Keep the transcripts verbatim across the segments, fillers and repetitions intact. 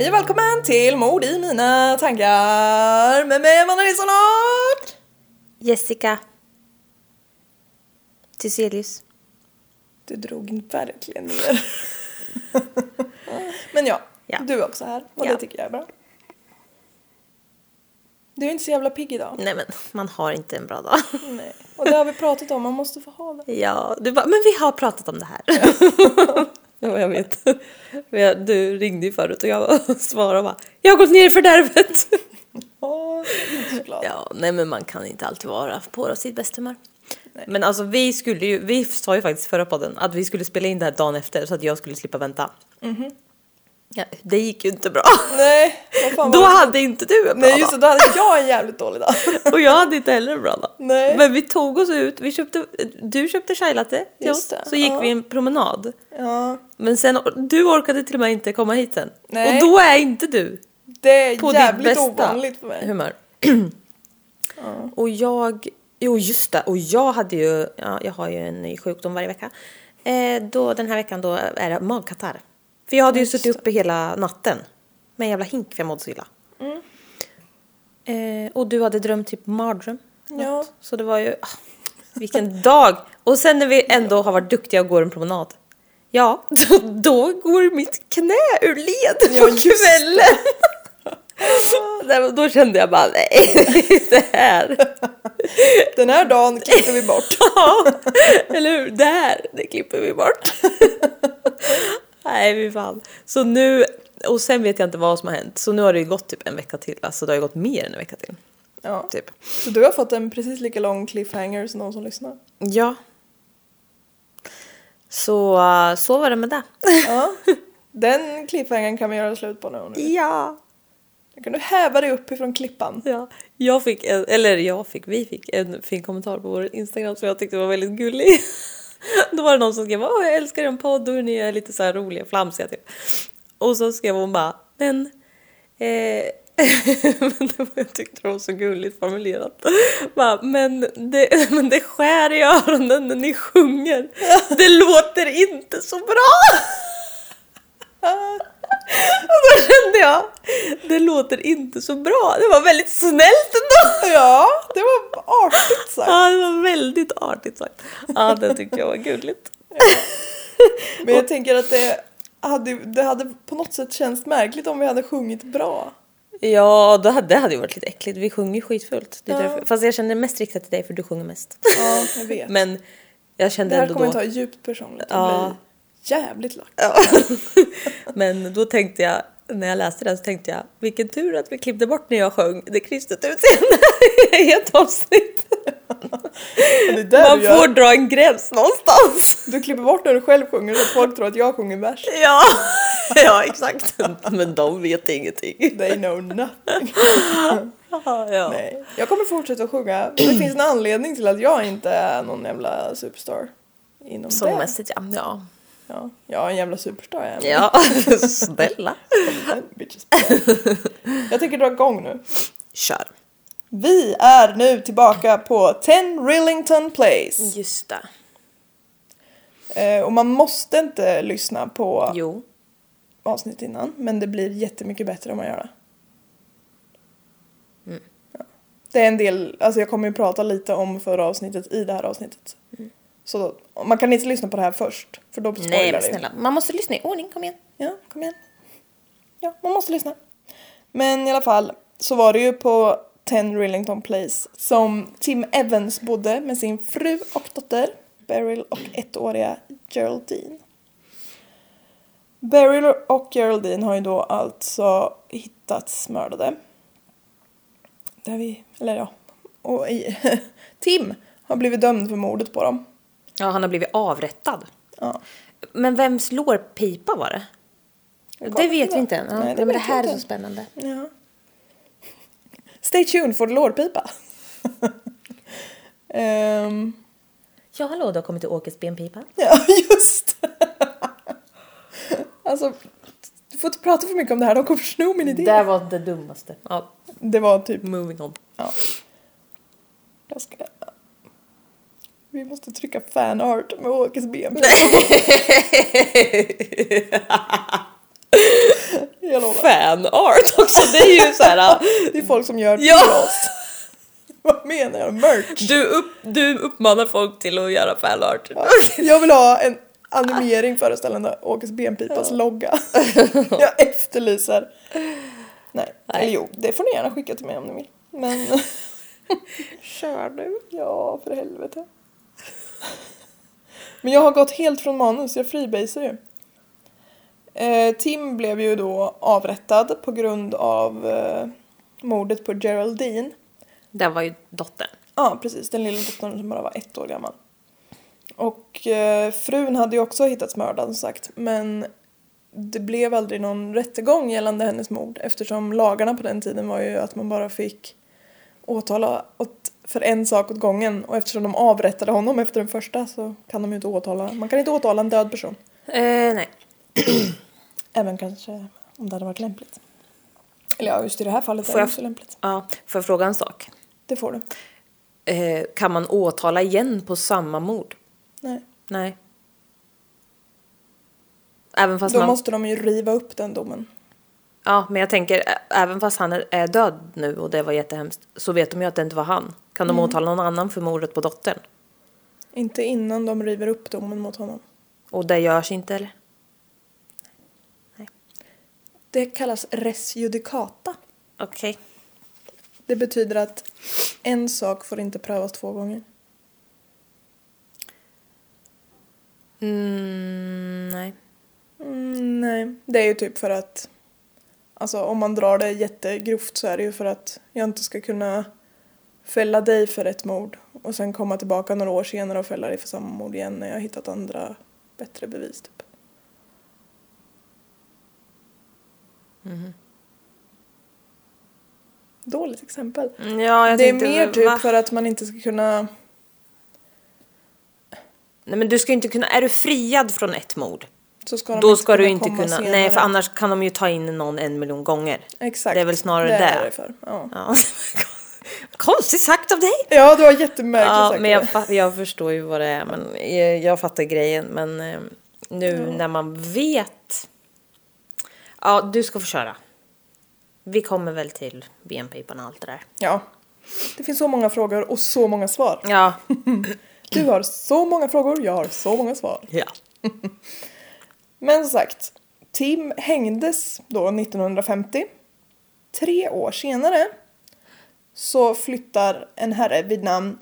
Hej och välkommen till Mord i mina tankar med mig, Amanda Nilsson och Jessica Thyselius. Du drog verkligen ner. Men ja, ja, du är också här och ja. Det tycker jag är bra. Du är inte så jävla pigg idag. Nej, men man har inte en bra dag. Nej. Och det har vi pratat om, man måste få ha det. Ja, du bara, men vi har pratat om det här. Ja, jag vet. Du ringde ju förut och jag svarade bara, jag har gått ner i fördärvet. Åh, jag är inte så glad. Ja, nej, men man kan inte alltid vara på sitt bästa humör. Men alltså vi skulle ju, vi sa ju faktiskt förra podden att vi skulle spela in det här dagen efter så att jag skulle slippa vänta. Mhm. Ja, det gick ju inte bra. Nej, vad fan Då var det? hade inte du en bra Nej, just det, då hade jag en jävligt dålig dag. Och jag hade inte heller en bra dag. Nej. Men vi tog oss ut, vi köpte, du köpte chai latte till Just oss, det, så gick ja. vi en promenad. Ja, Men sen, du orkade till och med inte komma hit sen. Nej. Och då är inte du det är på ditt jävligt bästa ovanligt för mig. humör. Ja. Och jag, jo just det, och jag hade ju, ja, jag har ju en ny sjukdom varje vecka. Eh, då, den här veckan då är det magkatarr. För jag hade ju Just suttit uppe hela natten med en jävla hink för jag mådde så illa. Mm. Eh, och du hade drömt typ mardröm. Ja. Så det var ju, ah, vilken dag. Och sen när vi ändå har varit duktiga och går en promenad. Ja, då, då går mitt knä ur led Ja, på just kvällen. Nej, då kände jag bara, nej, det här. Den här dagen klipper vi bort. Ja, eller hur? Det här, det klipper vi bort. Nej, vi fan. Så nu, och sen vet jag inte vad som har hänt. Så nu har det ju gått typ en vecka till. Alltså det har ju gått mer än en vecka till. Ja. Typ. Så du har fått en precis lika lång cliffhanger som någon som lyssnar. Ja. Så, så var det med det. Ja. Den cliffhangern kan vi göra slut på nu. nu. Ja. Då kan du häva dig upp ifrån klippan. Ja. Jag fick, en, eller jag fick, vi fick en fin kommentar på vår Instagram som jag tyckte var väldigt gullig. Då var det någon som skrev, åh jag älskar en podd och ni är lite så här roliga, flamsiga typ. Och så skrev hon bara, men... Eh, men det var, jag tyckte det var så gulligt formulerat. Bara, men, det, men det skär i öronen när ni sjunger. Det låter inte så bra. Och då kände jag, det låter inte så bra. Det var väldigt snällt ändå. Ja, det var artigt sagt. Ja, det var väldigt artigt sagt. Ja, det tyckte jag var gulligt. Ja. Men jag tänker att det hade, det hade på något sätt känts märkligt om vi hade sjungit bra. Ja, det hade, det hade ju varit lite äckligt. Vi sjunger ju skitfullt. Det är Ja. därför. Fast jag känner mest riktat till dig för du sjunger mest. Ja, jag vet. Men jag kände det här ändå kommer då... ta djupt personligt. Ja. Ja. Bli jävligt lack. Ja. Men då tänkte jag, när jag läste den så tänkte jag, vilken tur att vi klippte bort när jag sjöng det kristet utseende i ett avsnitt. Det är där Man du gör. får dra en gräns någonstans. Du klipper bort när du själv sjunger så att folk tror att jag sjunger vers. Ja, ja exakt. Men de vet ingenting. They know nothing. Ja, ja. Nej. Jag kommer fortsätta att sjunga. Det finns en anledning till att jag inte är någon jävla superstar inom det. Sångmässigt, ja. Ja. Ja, jag är en jävla superstar jag är. Ja, snälla. Bitches. Jag tänker dra igång nu. Kör. Vi är nu tillbaka på ten Rillington Place. Just det. Eh, och man måste inte lyssna på Jo. avsnitt innan. Men det blir jättemycket bättre om man gör det. Mm. Ja. Det är en del, alltså jag kommer ju prata lite om förra avsnittet i det här avsnittet. Mm. Så då, man kan inte lyssna på det här först. För då spoilar Nej, men det. snälla. Man måste lyssna i ordning, kom igen. Ja, kom igen. Ja, man måste lyssna. Men i alla fall så var det ju på ten Rillington Place som Tim Evans bodde med sin fru och dotter, Beryl och ettåriga Geraldine. Beryl och Geraldine har ju då alltså hittats mördade. Där vi, eller ja, och i, Tim har blivit dömd för mordet på dem. Ja, han har blivit avrättad. Ja. Men vems lårpipa var det? Det vet vi inte än. Ja, Nej, det men det vet här vi är inte. så spännande. Ja. Stay tuned for the lårpipa. um, Ja, hallå, du har kommit till Åkes benpipa. ja, just. Alltså, du får inte prata för mycket om det här. De kommer sno min idé. Det var det dummaste. Ja, Det var typ... moving on. Ja. Jag ska... Vi måste trycka fanart med Åkes benpipa. Jag lovar. fan art också. Det är ju så här. Det är folk som gör Ja. till oss. Vad menar jag? Merch. Du, upp, du uppmanar folk till att göra fan art. Ja. Jag vill ha en animering föreställande Åkes benpipas Ja. logga. Jag efterlyser. Nej. Nej. Eller jo, det får ni gärna skicka till mig om ni vill. Men Kör du? ja, för helvete. Men jag har gått helt från manus, jag freebasar ju. Eh, Tim blev ju då avrättad på grund av eh, mordet på Geraldine. Det var ju dottern. Ja, precis. Den lilla dottern som bara var ett år gammal. Och eh, frun hade ju också hittats mördad som sagt. Men det blev aldrig någon rättegång gällande hennes mord. Eftersom lagarna på den tiden var ju att man bara fick åtala åt, för en sak åt gången. Och eftersom de avrättade honom efter den första så kan de ju inte åtala. Man kan inte åtala en död person. Eh, nej. Även kanske om det hade varit lämpligt. Eller ja, just i det här fallet Får är det jag- också lämpligt. Ja, får jag fråga en sak? Det får du. Eh, kan man åtala igen på samma mord? Nej. Nej. Även fast Då man... måste de ju riva upp den domen. Ja, men jag tänker, ä- även fast han är, är död nu och det var jättehemskt, så vet de ju att det inte var han. Kan de åtala någon annan för mordet på dottern? Inte innan de river upp domen mot honom. Och det görs inte, eller? Det kallas res judicata. Okej. Det betyder att en sak får inte prövas två gånger. Mm, nej. Mm, nej, det är ju typ för att... Alltså om man drar det jättegrovt så är det ju för att jag inte ska kunna fälla dig för ett mord. Och sen komma tillbaka några år senare och fälla dig för samma mord igen när jag har hittat andra bättre bevis typ. Mhm. Dåligt exempel. Mm, Ja, jag Det är tänkte, mer typ va? för att man inte ska kunna... Nej, men du ska inte kunna... Är du friad från ett mord? Så ska de Då inte ska du kunna inte komma kunna... senare. Nej, för annars kan de ju ta in någon en miljon gånger. Exakt. Det är väl snarare det. Är det. det för. Ja. Ja. Konstigt sagt av dig! ja, det var jättemärkligt Ja, sagt. men jag, fa- jag förstår ju vad det är. Men jag, jag fattar grejen. Men eh, nu Ja. när man vet... Ja, du ska få köra. Vi kommer väl till benpipan och allt det där. Ja. Det finns så många frågor och så många svar. Ja. Du har så många frågor, jag har så många svar. Ja. Men som sagt, Tim hängdes då nittonhundrafemtio. Tre år senare så flyttar en herre vid namn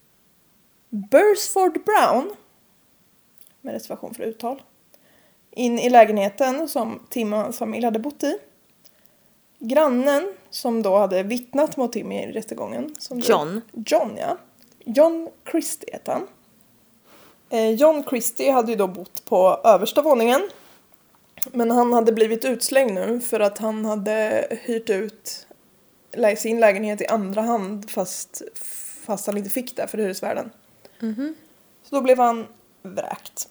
Beresford Brown, med reservation för uttal, in i lägenheten som Tim och hans familj hade bott i. Grannen som då hade vittnat mot Tim i rättegången. Som då- John. John, ja. John Christie heter han. Eh, John Christie hade ju då bott på översta våningen. Men han hade blivit utslängd nu för att han hade hyrt ut lä- sin lägenhet i andra hand fast, fast han inte fick det för hyresvärden. Mhm. Så då blev han vräkt.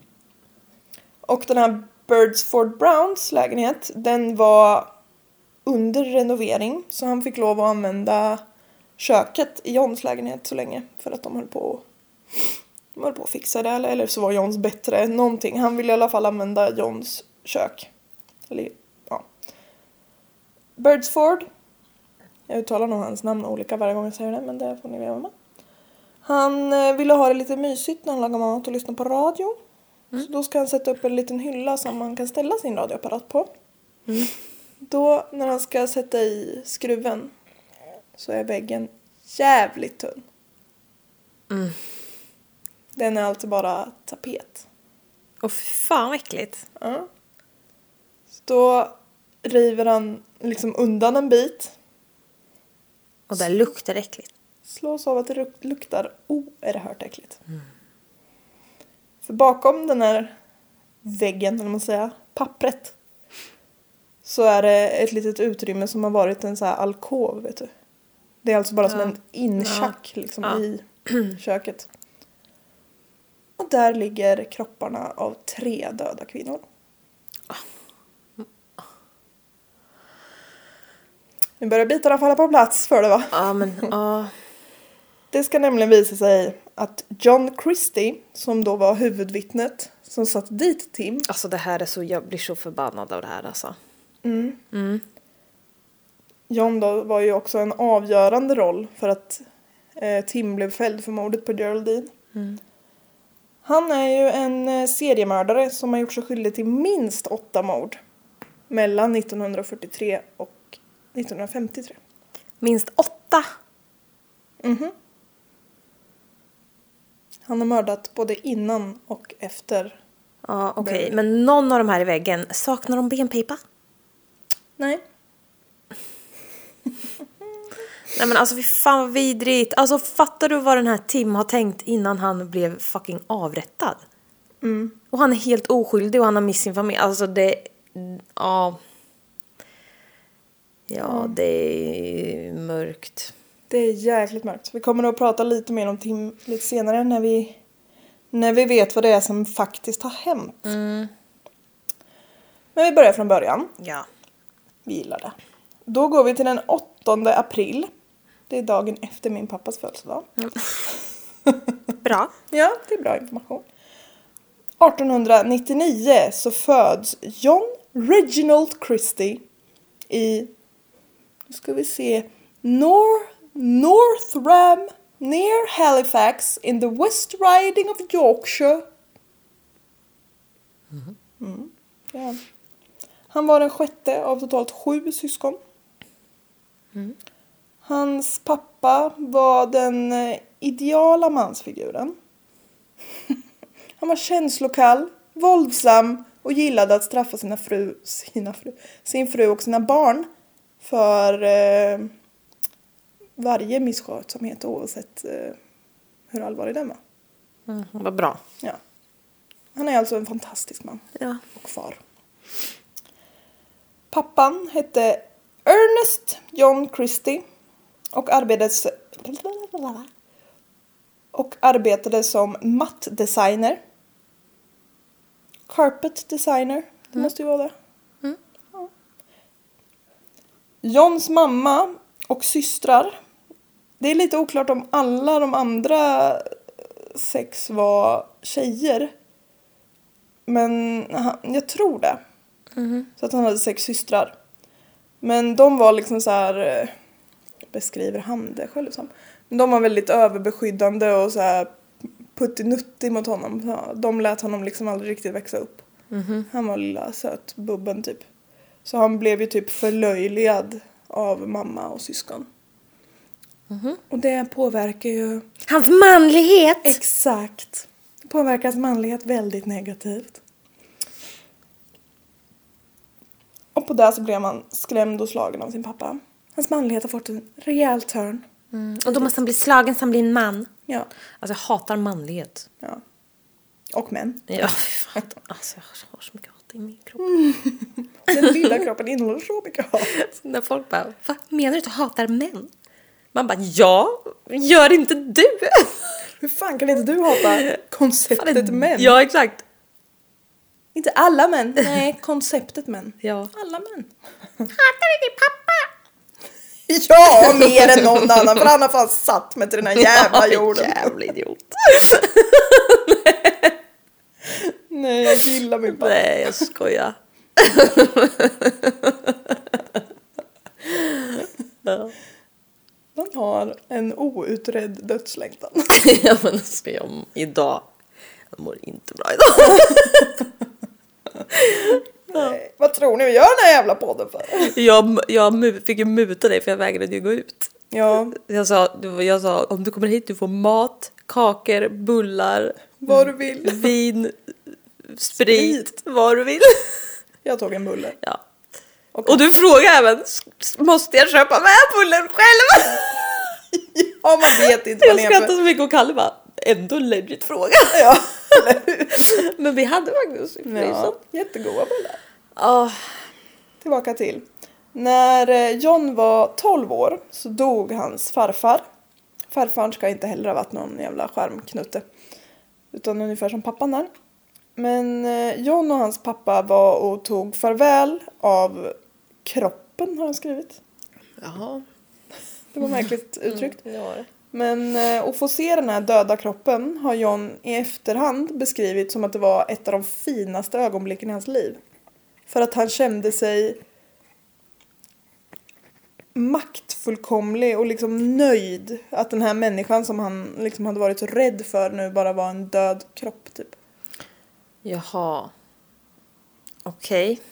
Och den här Beresford Browns lägenhet, den var under renovering. Så han fick lov att använda köket i Johns lägenhet så länge. För att de höll på, de höll på att fixa det. Eller, eller så var Johns bättre än någonting. Han ville i alla fall använda Johns kök. Eller, ja. Beresford. Jag uttalar nog hans namn olika varje gång jag säger det. Men det får ni veta med. Han eh, ville ha det lite mysigt när han lagar mat och lyssnar på radio. Mm. Så då ska han sätta upp en liten hylla som man kan ställa sin radioapparat på. Mm. Då när han ska sätta i skruven så är väggen jävligt tunn. Mm. Den är alltså bara tapet. Och fan vad äckligt. Ja. Så då river han liksom undan en bit. Och där luktar det äckligt. Slås av att det luk- luktar oerhört äckligt. Mm. För bakom den här väggen, eller man säger, pappret. Så är det ett litet utrymme som har varit en så här alkov, vet du. Det är alltså bara som Ja. en inchack liksom Ja. i köket. Och där ligger kropparna av tre döda kvinnor. Nu börjar bitarna falla på plats för det, va? Ja, men ja. Det ska nämligen visa sig att John Christie, som då var huvudvittnet som satt dit Tim. Alltså det här är så, jag blir så förbannad av det här alltså. Mm. Mm. John då var ju också en avgörande roll för att eh, Tim blev fälld för mordet på Geraldine. Mm. Han är ju en eh, seriemördare som har gjort sig skyldig till minst åtta mord mellan nittonhundrafyrtiotre och nittonhundrafemtiotre. Minst åtta. Mhm. Han har mördat både innan och efter. Ja, okej. Barry. Men någon av de här i väggen, saknar de benpipa? Nej. Nej men alltså fy fan vad vidrigt. Alltså fattar du vad den här Tim har tänkt innan han blev fucking avrättad? Mm. Och han är helt oskyldig och han har mist sin familj. Alltså det... Ja... Ja, Mm. det är mörkt. Det är jäkligt mörkt. Vi kommer att prata lite mer om Tim lite senare när vi, när vi vet vad det är som faktiskt har hänt. Mm. Men vi börjar från början. Ja. Vi gillar det. Då går vi till den åttonde april. Det är dagen efter min pappas födelsedag. Bra. Ja, det är bra information. artonhundranittionio så föds John Reginald Christie i, nu ska vi se, Nor- Northram near Halifax in the West Riding of Yorkshire. Mm. Ja. Han var den sjätte av totalt sju syskon. Mm. Hans pappa var den eh, ideala mansfiguren. Han var känslokall, våldsam och gillade att straffa sina fru, sina fru, sin fru och sina barn för eh, varje misskötsamhet oavsett eh, hur allvarlig den var. Mm, vad bra. Ja. Han är alltså en fantastisk man Ja. och far. Pappan hette Ernest John Christie och arbetade, och arbetade som mattdesigner. Carpet designer, det Mm. måste ju vara det. Mm. Ja. Johns mamma och systrar. Det är lite oklart om alla de andra sex var tjejer. Men han, jag tror det. Mm. Så att han hade sex systrar. Men de var liksom så här, eh, beskriver han det själv som. Men de var väldigt överbeskyddande och så här puttinuttig mot honom. Ja, de lät honom liksom aldrig riktigt växa upp. Mm. Han var lilla söt bubben typ. Så han blev ju typ förlöjligad av mamma och syskon. Mm. Och det påverkar ju... Hans manlighet! Exakt. Det påverkar hans manlighet väldigt negativt. Och på det så blev man skrämd och slagen av sin pappa. Hans manlighet har fått en rejäl törn. Mm. Och då måste han bli slagen så han blir en man. Ja. Alltså jag hatar manlighet. Ja. Och män. Ja, fan. Alltså jag har så mycket hat i min kropp. Den lilla kroppen innehåller så mycket hat. Så när folk bara, vad menar du att du hatar män? Man bara, ja, gör inte du? Hur fan kan inte du hata konceptet män? Ja, exakt. Inte alla män. Nej, konceptet män. Ja. Alla män. Hatar du din pappa? Ja, mer än någon annan. För han har fan satt mig till den här jävla jorden. Jävla idiot. Nej, jag gillar min pappa. Nej, jag skojar. Ja. Han har en outredd dödslängtan. Ja, men ska jag idag. Jag mår inte bra idag. Nej. Vad tror ni vi gör den här jävla podden för? Jag, jag mu- fick ju muta dig för jag vägrade ju gå ut. Ja, Jag sa, jag sa, om du kommer hit du får mat, kakor, bullar, vad du vill. vin, sprit, vad du vill. Jag tog en bulle. Ja. Och, Och du frågar även, måste jag köpa med bullen själv? ja, man vet inte vad Jag det är skrattar för. så mycket och Kalle bara, ändå en legit fråga. Ja, eller hur? Men vi hade faktiskt i frysen. Ja, jättegoda bullar. Ja. Tillbaka till. När eh, John var tolv år så dog hans farfar. Farfar ska inte heller ha varit någon jävla skärmknutte. Utan ungefär som pappan där. Men eh, John och hans pappa var och tog farväl av kroppen, har han skrivit. Jaha. Det var märkligt uttryckt. Mm, det var det. Men eh, att få se den här döda kroppen har John i efterhand beskrivit som att det var ett av de finaste ögonblicken i hans liv. För att han kände sig maktfullkomlig och liksom nöjd att den här människan som han liksom hade varit så rädd för nu bara var en död kropp typ. Jaha. Okej. Okay.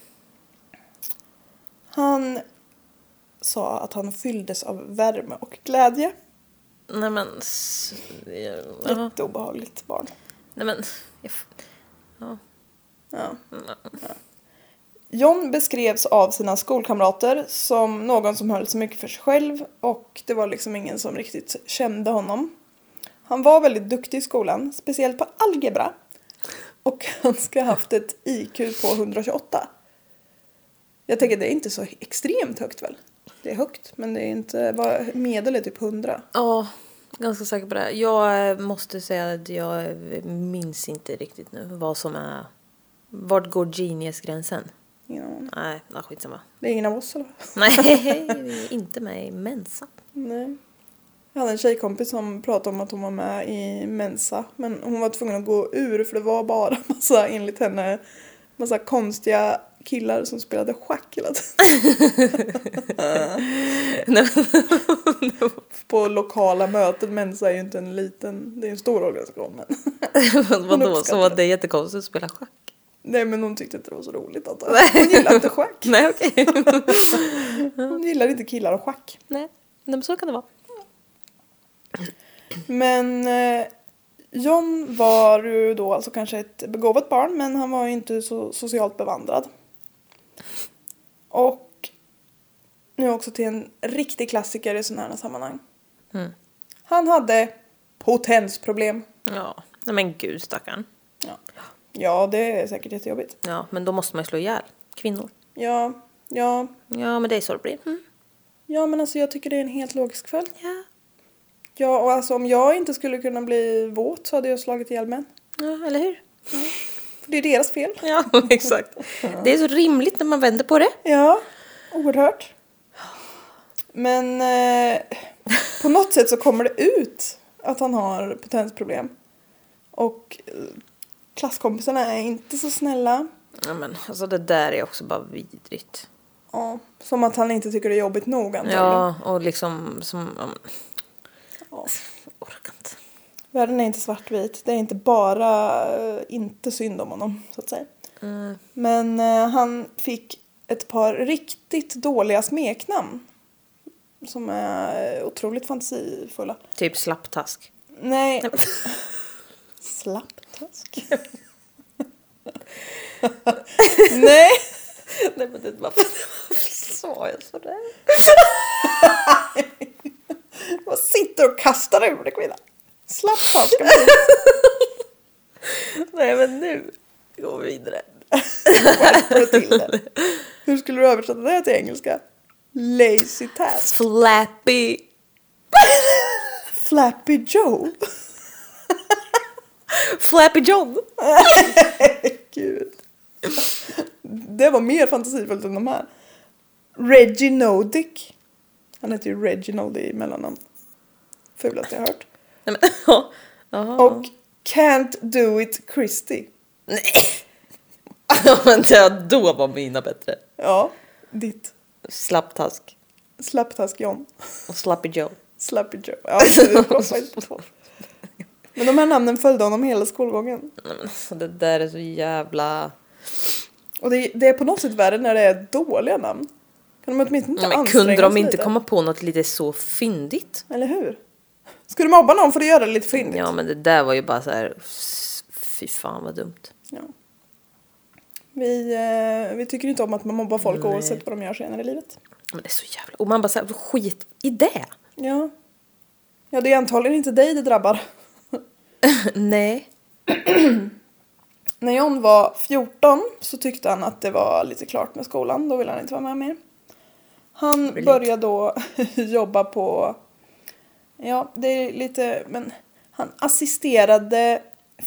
Han sa att han fylldes av värme och glädje. Nej men... Lite obehagligt barn. Nej men... Ja. Ja. Ja. John beskrevs av sina skolkamrater som någon som höll så mycket för sig själv och det var liksom ingen som riktigt kände honom. Han var väldigt duktig i skolan, speciellt på algebra. Och han ska ha haft ett I Q på hundratjugoåtta. Jag tänker det är inte så extremt högt väl? Det är högt, men det är inte, vad medel är typ hundra. Ja, ganska säker på det. Jag måste säga att jag minns inte riktigt nu vad som är... Vart går genius-gränsen? Ingen Nej, det är skitsamma. Det är ingen av oss eller? Nej, vi är inte med i Mensa. Nej. Jag hade en tjejkompis som pratade om att hon var med i Mensa. Men hon var tvungen att gå ur för det var bara massa, enligt henne, massa konstiga killar som spelade schack hela tiden. På lokala möten. Mensa är ju inte en liten, det är en stor organisation. Men vadå, så var det jättekonstigt att spela schack? Nej, men hon tyckte inte det var så roligt. Att hon gillade inte schack. Nej, okej. Okay. Hon gillar inte killar och schack. Nej, men så kan det vara. Men eh, John var ju då alltså kanske ett begåvat barn, men han var ju inte så socialt bevandrad. Och nu också till en riktig klassiker i sådana här sammanhang. Mm. Han hade potensproblem. Ja, nej men gud stackarn. Ja. Ja, det är säkert jättejobbigt. Ja, men då måste man ju slå ihjäl kvinnor. Ja, ja. Ja, men det är så det blir. Mm. Ja, men alltså jag tycker det är en helt logisk följd. Ja. Ja, och alltså om jag inte skulle kunna bli våt så hade jag slagit ihjäl män. Ja, eller hur? Ja. För det är deras fel. Ja, exakt. Det är så rimligt när man vänder på det. Ja, oerhört. Men eh, på något sätt så kommer det ut att han har potensproblem. Och eh, klasskompisarna är inte så snälla. Ja, men alltså det där är också bara vidrigt. Ja, som att han inte tycker det är jobbigt nog antagligen. Ja, och liksom som... Ja, men... ja. Jag orkar inte. Världen är inte svartvit. Det är inte bara eh, inte synd om honom, så att säga. Mm. Men eh, han fick ett par riktigt dåliga smeknamn. Som är otroligt fantasifulla. Typ slapptask. Nej. Slapptask? Nej. Nej, men det var... Varför sa jag sådär? Vad sitter och kastar ur det, kvinna? Slapptask. Nej, men nu går vi vidare. Till det. Hur skulle du översätta det till engelska? Lazy task. Flappy. Flappy Joe. Flappy John. Gud. Det var mer fantasifullt än de här. Reggie Nodick. Han heter ju Reginald i mellannamn. Fulast jag hört. Nej, men, ja. Aha. Och Can't Do It Christy. Nej. Ja, men det, då var mina bättre. Ja, ditt. Slapptask. Slapptask John. Och Slappy Joe. Slappy Joe. Ja, det var inte. Men de här namnen följde honom hela skolgången. Nej, men alltså, det där är så jävla... Och det, det är på något sätt värre när det är dåliga namn. Kan de åtminstone inte Nej, men anstränga kunde de sig inte lite? komma på något lite så fyndigt? Eller hur? Ska du mobba någon för att göra det lite fyndigt? Ja, men det där var ju bara så här... Fy fan vad dumt. Ja. Vi, eh, vi tycker inte om att man mobbar folk Nej. oavsett vad de gör senare i livet. Men det är så jävla... Och man bara så här, skit i det. Ja. Ja, det är antagligen inte dig det drabbar. Nej. När John var fjorton så tyckte han att det var lite klart med skolan. Då ville han inte vara med mer. Han Relate. började då jobba på... Ja, det är lite... Men han assisterade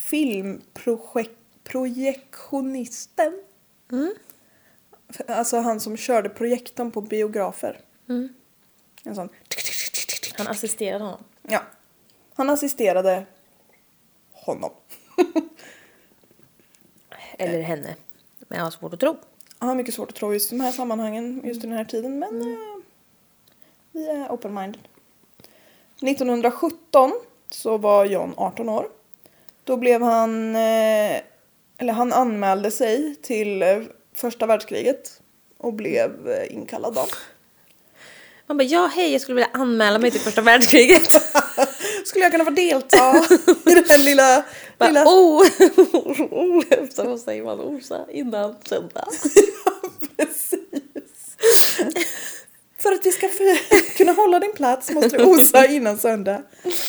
filmprojektionisten. Mm. Alltså han som körde projektorn på biografer. Mm. En sån... Han assisterade honom. Ja. Han assisterade honom. Eller henne. Men jag har svårt att tro. Jag har mycket svårt att tro just i de här sammanhangen, just i den här tiden. Men Mm. eh, Vi är open-minded. nittonhundrasjutton så var John arton år. Då blev han, eh, eller han anmälde sig till eh, första världskriget och blev eh, inkallad då. Man bara, ja hej, jag skulle vilja anmäla mig till första världskriget. Skulle jag kunna få delta i den här lilla... Bara, lilla... oh, oh, så vad säger man, osa innan söndag. Ja, precis. För att vi ska för... kunna hålla din plats måste du osa innan söndag.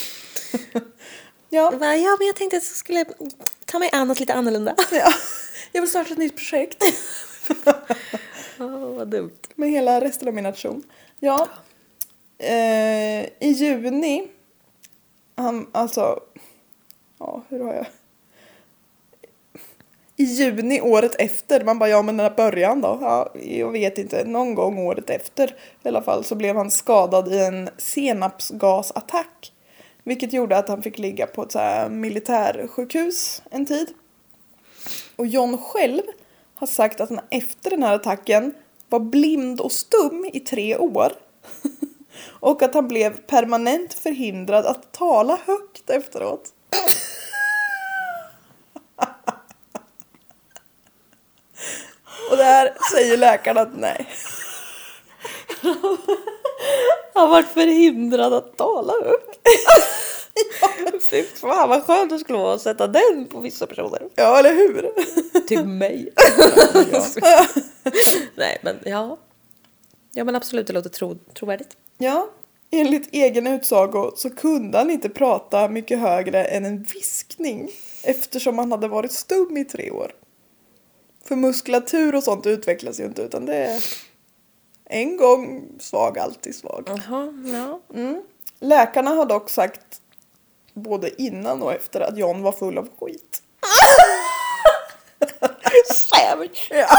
Ja. Bara, ja, men jag tänkte att jag skulle ta mig an något lite annorlunda. Ja. Jag vill starta ett nytt projekt. Oh, vad dumt. Med hela resten av min nation. Ja. Eh, I juni. Han, alltså. Ja, hur har jag? I juni året efter. Man bara, ja men den här början då. Ja, jag vet inte. Någon gång året efter. I alla fall så blev han skadad i en senapsgasattack. Vilket gjorde att han fick ligga på ett så här militärsjukhus en tid. Och John själv har sagt att han efter den här attacken var blind och stum i tre år. Och att han blev permanent förhindrad att tala högt efteråt. Och där säger läkarna att nej. Han har varit förhindrad att tala högt. Fy fan vad skönt det skulle vara att sätta den på vissa personer. Ja, eller hur? Till mig. Ja. Nej, men ja. Ja, men absolut, det låter tro, trovärdigt. Ja, enligt egen utsago så kunde han inte prata mycket högre än en viskning. Eftersom han hade varit stum i tre år. För muskulatur och sånt utvecklas ju inte, utan det är en gång svag, alltid svag. Jaha, ja. Mm. Läkarna har dock sagt både innan och efter att John var full av skit. Savage. Ja,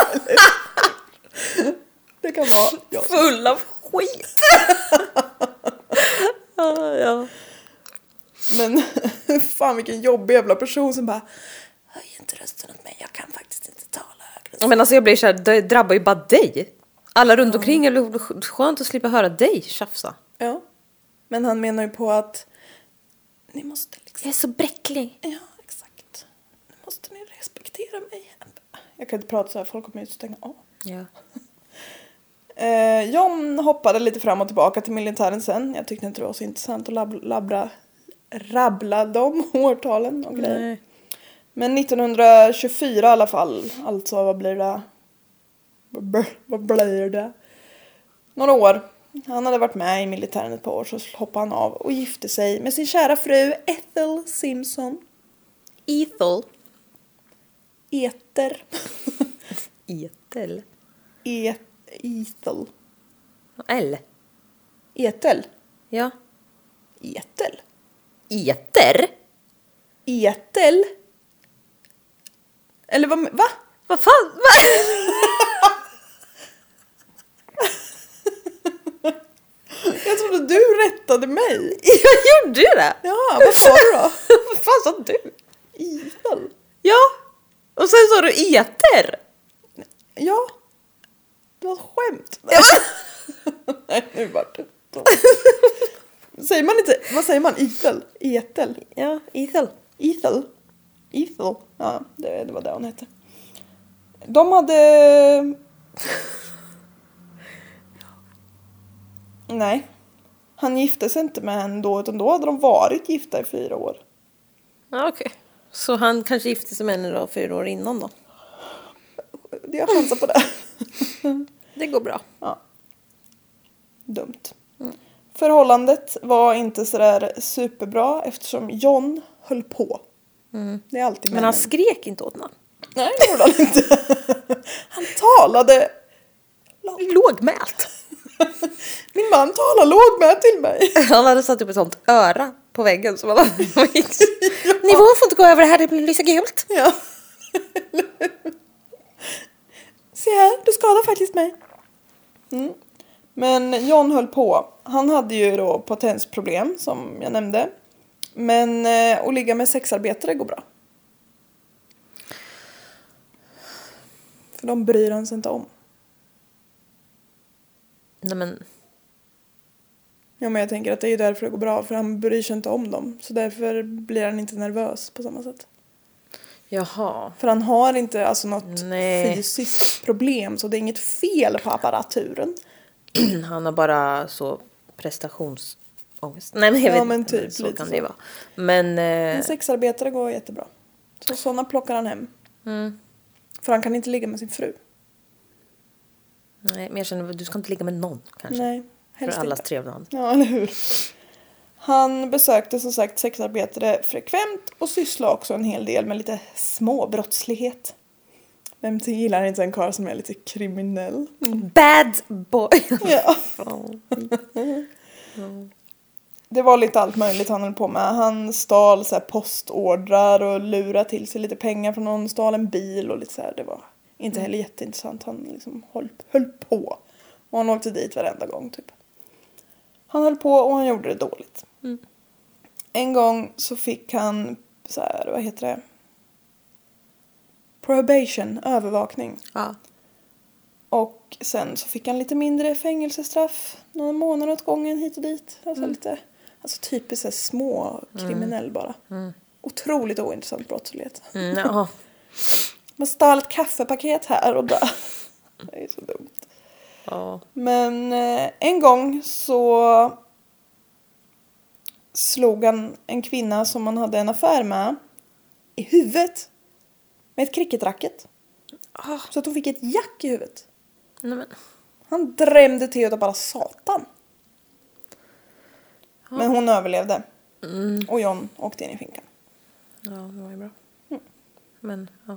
det kan vara jag. Full av skit. ah, ja. Men fan vilken jobbig jävla person som bara, höj inte rösten åt mig, jag kan faktiskt inte tala högre. Men alltså jag blir så här, det drabbar ju bara dig. Alla runt omkring, det blir skönt att slippa höra dig tjafsa. Ja, men han menar ju på att ni måste liksom... Jag är så bräcklig. Ja, exakt. Nu måste ni respektera mig. Jag kan inte prata så här, folk kommer ut och stänga av. Ja. Eh, John hoppade lite fram och tillbaka till militären sen. Jag tyckte inte det var så intressant att lab- labra, rabbla de årtalen och grejer. Nej. Men nittonhundratjugofyra i alla fall. Alltså vad blir det? Vad, vad blir det? Några år. Han hade varit med i militären ett par år, så hoppade han av och gifte sig med sin kära fru Ethel Simpson. Ethel. Eter. Ethel. E- Ethel. L. Etel. Ja. Etel. Eter? Etel. Eller vad? Va? Vad fan? Va? Jag trodde du rättade mig. Jag gjorde det. Ja, vad sa du då? Vad fan sa du? Etel. Ja. Och sen sa du eter. Ja. Det var ett skämt. Ja. Nej, nu vart det. Säger man inte, vad säger man? Etel? Etel? Ja, Ethel. Ethel? Ethel? Ja, det, det var det hon hette. De hade... Nej. Han gifte sig inte med henne då, utan då hade de varit gifta i fyra år. Ja, okej. Okay. Så han kanske gifte sig med henne då fyra år innan då? Jag chansar på det. Det går bra. Ja. Dumt. Mm. Förhållandet var inte sådär superbra eftersom John höll på. Mm. Det är alltid Men han skrek inte åt någon. Nej, det gjorde han inte. Han talade lågmält. Min man talar lågmält till mig. Han hade satt upp ett sånt öra på väggen som han gick. Ja. Nivån får inte gå över det här, det blir lysa gult. Ja. Se här, du skadar faktiskt mig. Mm. Men John höll på. Han hade ju då potensproblem som jag nämnde. Men eh, att ligga med sexarbetare går bra. För de bryr han sig inte om. Nej men. Ja, men jag tänker att det är ju därför det går bra. För han bryr sig inte om dem. Så därför blir han inte nervös på samma sätt. Jaha. För han har inte alltså något Nej. fysiskt problem. Så det är inget fel på apparaturen. Han har bara så prestationsångest. Nej, men jag Ja, vet men inte. typ Men så lite kan så. det vara. Men... Eh, En sexarbetare går jättebra. Så sådana plockar han hem. mm, För han kan inte ligga med sin fru. nej, men jag känner att du ska inte ligga med någon kanske. Nej, För helst allas inte. trevnad. Ja, eller hur? Han besökte som sagt sexarbetare frekvent och sysslade också en hel del med lite småbrottslighet. Vem gillar inte en karl som är lite kriminell? Bad boy! Ja. Fan. Det var lite allt möjligt han höll på med. Han stal så här postordrar och lurade till sig lite pengar från någon. Stal en bil och lite så här. Det var inte heller jätteintressant. Han liksom höll, höll på. Och han åkte dit varenda gång typ. Han höll på och han gjorde det dåligt. Mm. En gång så fick han så här, vad heter det? Probation, övervakning. Ja. Och sen så fick han lite mindre fängelsestraff. Några månader åt gången hit och dit. Alltså Mm. lite, alltså typiskt så här små kriminell bara. Mm. Otroligt ointressant brottslighet. Mm, ja. Man stal ett kaffepaket här och där. Det är så dumt. Ja. Men eh, en gång så slog han en kvinna som man hade en affär med i huvudet med ett cricketracket. Ah, Så att hon fick ett jack i huvudet. nej men. Han drämde till utav bara satan. Men hon överlevde. Mm. Och John åkte in i finkan. Ja, det var ju bra. Mm. Men, ja.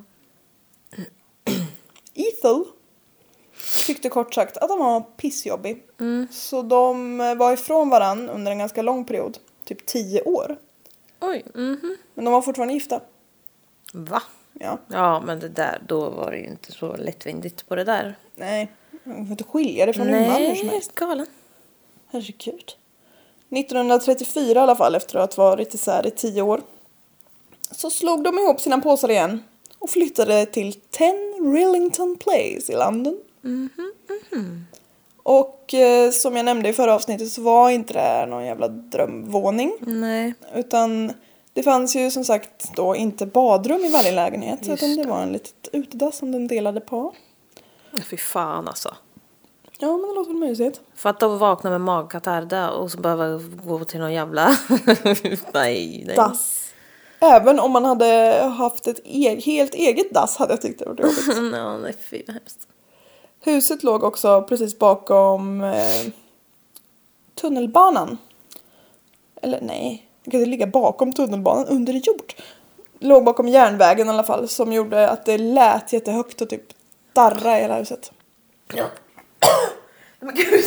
Ethel tyckte kort sagt att han var pissjobbig. Mm. Så de var ifrån varann under en ganska lång period. Typ tio år. Oj, mhm. Men de var fortfarande gifta. Va? Ja, Ja, men det där, då var det ju inte så lättvindigt på det där. nej. Man får inte skilja det från din man hur som Nej, helst. galen. Herregud. nittonhundratrettiofyra i alla fall, efter att ha varit isär i tio år. Så slog de ihop sina påsar igen. Och flyttade till ten Rillington Place i London. Mhm, mhm. Och eh, som jag nämnde i förra avsnittet så var inte det här någon jävla drömvåning. Nej. Utan det fanns ju som sagt då inte badrum i varje lägenhet. Just utan det var en litet utedass som de delade på. Fy fan alltså. Ja, men det låter väl mysigt. För att då vakna med magkatarr där och så behöva gå till någon jävla... nej, nej. Dass. Även om man hade haft ett e- helt eget dass hade jag tyckt det var jobbigt. Ja, nej, fy vad hemskt. Huset låg också precis bakom eh, tunnelbanan. Eller nej, det kan inte ligga bakom tunnelbanan under jord. Låg bakom järnvägen i alla fall, som gjorde att det lät jättehögt och typ darra i hela huset. Ja. Men gud.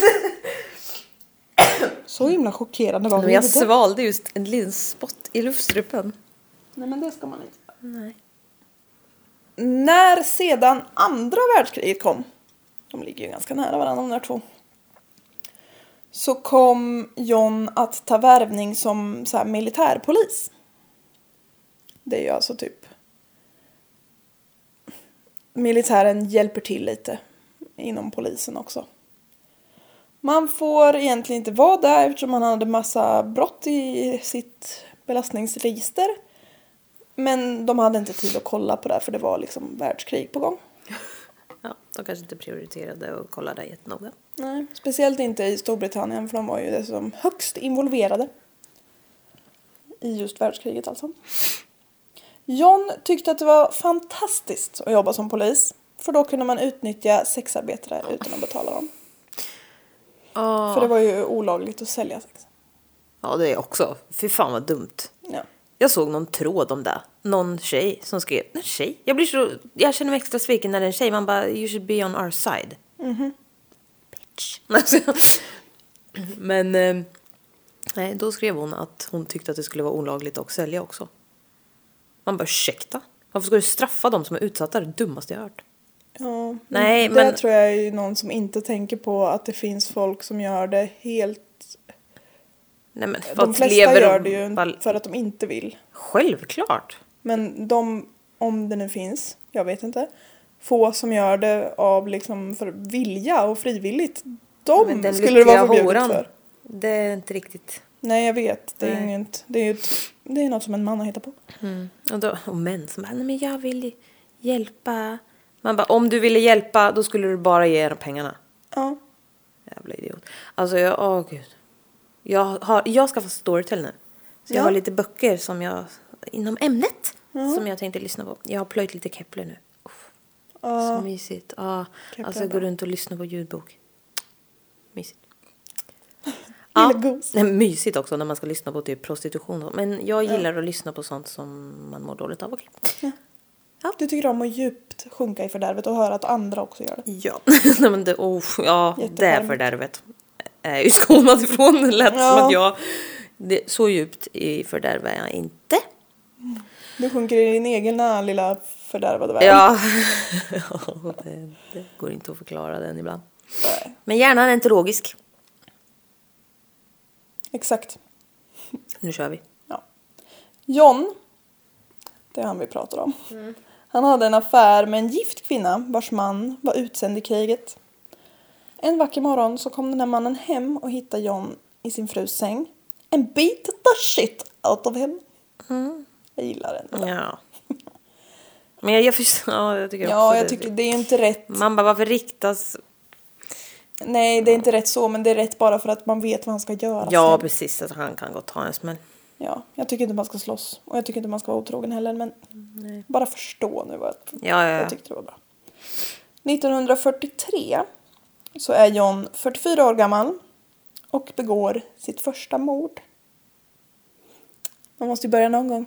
Så himla chockerande var Men det. jag svalde just en liten spott i luftstrupen. Nej, men det ska man inte. Nej. När sedan andra världskriget kom, de ligger ju ganska nära varandra de där två, så kom John att ta värvning som så här militärpolis. Det är ju alltså typ militären hjälper till lite inom polisen också. Man får egentligen inte vara där eftersom man hade massa brott i sitt belastningsregister. Men de hade inte tid att kolla på det för det var liksom världskrig på gång. Ja, de kanske inte prioriterade och kollade jättenoga. Nej, speciellt inte i Storbritannien för de var ju dessutom högst involverade i just världskriget alltså. John tyckte att det var fantastiskt att jobba som polis för då kunde man utnyttja sexarbetare utan att betala dem. Oh. För det var ju olagligt att sälja sex. Ja, det är också. Fy fan vad dumt. Ja. Jag såg någon tråd om det. Någon tjej som skrev... En tjej? Jag blir så... Jag känner mig extra sviken när det är en tjej. Man bara, you should be on our side. Mhm. Bitch. Men... Eh, nej, då skrev hon att hon tyckte att det skulle vara olagligt att sälja också. Man bara, ursäkta? Varför ska du straffa dem som är utsatta? Det är det dummaste jag har hört. Ja, Nej, det men... tror jag är någon som inte tänker på att det finns folk som gör det helt... Nej, men för De att flesta lever gör de det ju bara- för att de inte vill. Självklart. Men de, om det nu finns, jag vet inte, få som gör det av liksom för vilja och frivilligt, de Men den skulle det vara lyckliga förbjudet horan. för. Det är inte riktigt. Nej, jag vet. Det är Nej. inget, det är ju ett, det är något som en man har hittat på. Mm. Och, då, och män som bara, nej men jag vill hjälpa. Man bara, om du ville hjälpa då skulle du bara ge dem pengarna. Ja. Jävla idiot. Alltså jag, åh gud. Jag har, jag ska få Storytel nu. Så jag Ja. har lite böcker som jag, inom ämnet. Ja. Som jag tänkte lyssna på. Jag har plöjt lite Kepler nu. Uff, Ja. så mysigt. Ja, Kepler alltså är jag går bra. runt och lyssnar på ljudbok. Mysigt. Lilla Ja, gos. det är mysigt också när man ska lyssna på typ prostitution. Men jag gillar att lyssna på sånt som man mår dåligt av. Okej. Du tycker om att djupt sjunka i fördärvet och höra att andra också gör det. Ja, nej men det, oh, ja det Jättecharmigt. fördärvet är ju skonad ifrån. Det lät Ja. som att jag, det, så djupt i fördärv är jag inte. Du sjunker i din egen lilla fördärvade värld. Ja, ja det, det går inte att förklara den ibland. Nej. Men hjärnan är inte logisk. Exakt. Nu kör vi. Ja. John, det är han vi pratar om. Mm. Han hade en affär med en gift kvinna vars man var utsänd i kriget. En vacker morgon så kom den här mannen hem och hittade John i sin frus säng. And beat the shit out of him. Mm. Jag gillar den. Ja. Men jag, jag, ja, jag tycker också Ja, jag det. tycker det är inte rätt. Man bara, varför riktas... Nej, det är inte rätt så, men det är rätt bara för att man vet vad han ska göra. Ja, sen. precis. Att han kan gå och ta en smäll. Ja, jag tycker inte man ska slåss. Och jag tycker inte man ska vara otrogen heller, men Nej. bara förstå nu vad Ja, ja, ja. jag tyckte det var bra. nittonhundrafyrtiotre så är John fyrtiofyra år gammal och begår sitt första mord. Man måste ju börja någon gång.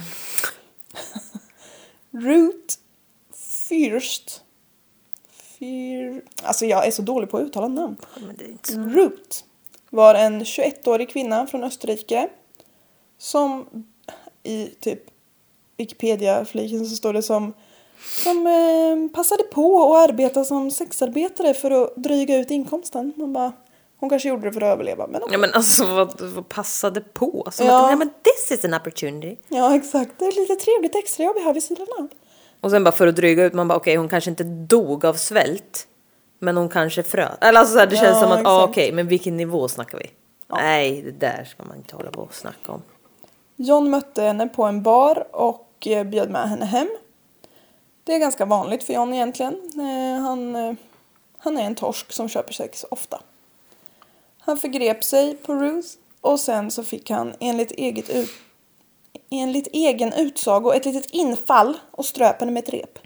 Ruth Fürst. Fyr... Alltså jag är så dålig på att uttala namn. Men det är inte så. Ruth var en tjugoettårig kvinna från Österrike som i typ Wikipedia-fliken så står det som som eh, passade på att arbeta som sexarbetare för att dryga ut inkomsten. Man bara, hon kanske gjorde det för att överleva. Men Ja, men alltså vad, vad passade på? Som Ja. att, nej men this is an opportunity. ja, exakt. Det är ett lite trevligt extrajobb jag har vid sidan av. Och sen bara för att dryga ut, man bara okej, okay, hon kanske inte dog av svält. Men hon kanske frö. Eller alltså så här, det Ja, känns som att, ja ah, exakt. okej, okay, men vilken nivå snackar vi? Nej, det där ska man inte hålla på och snacka om. John mötte henne på en bar och eh, bjöd med henne hem. Det är ganska vanligt för John egentligen. Eh, han, eh, han är en torsk som köper sex ofta. Han förgrep sig på Ruth och sen så fick han enligt, eget ut, enligt egen utsago ett litet infall och ströp henne med ett rep.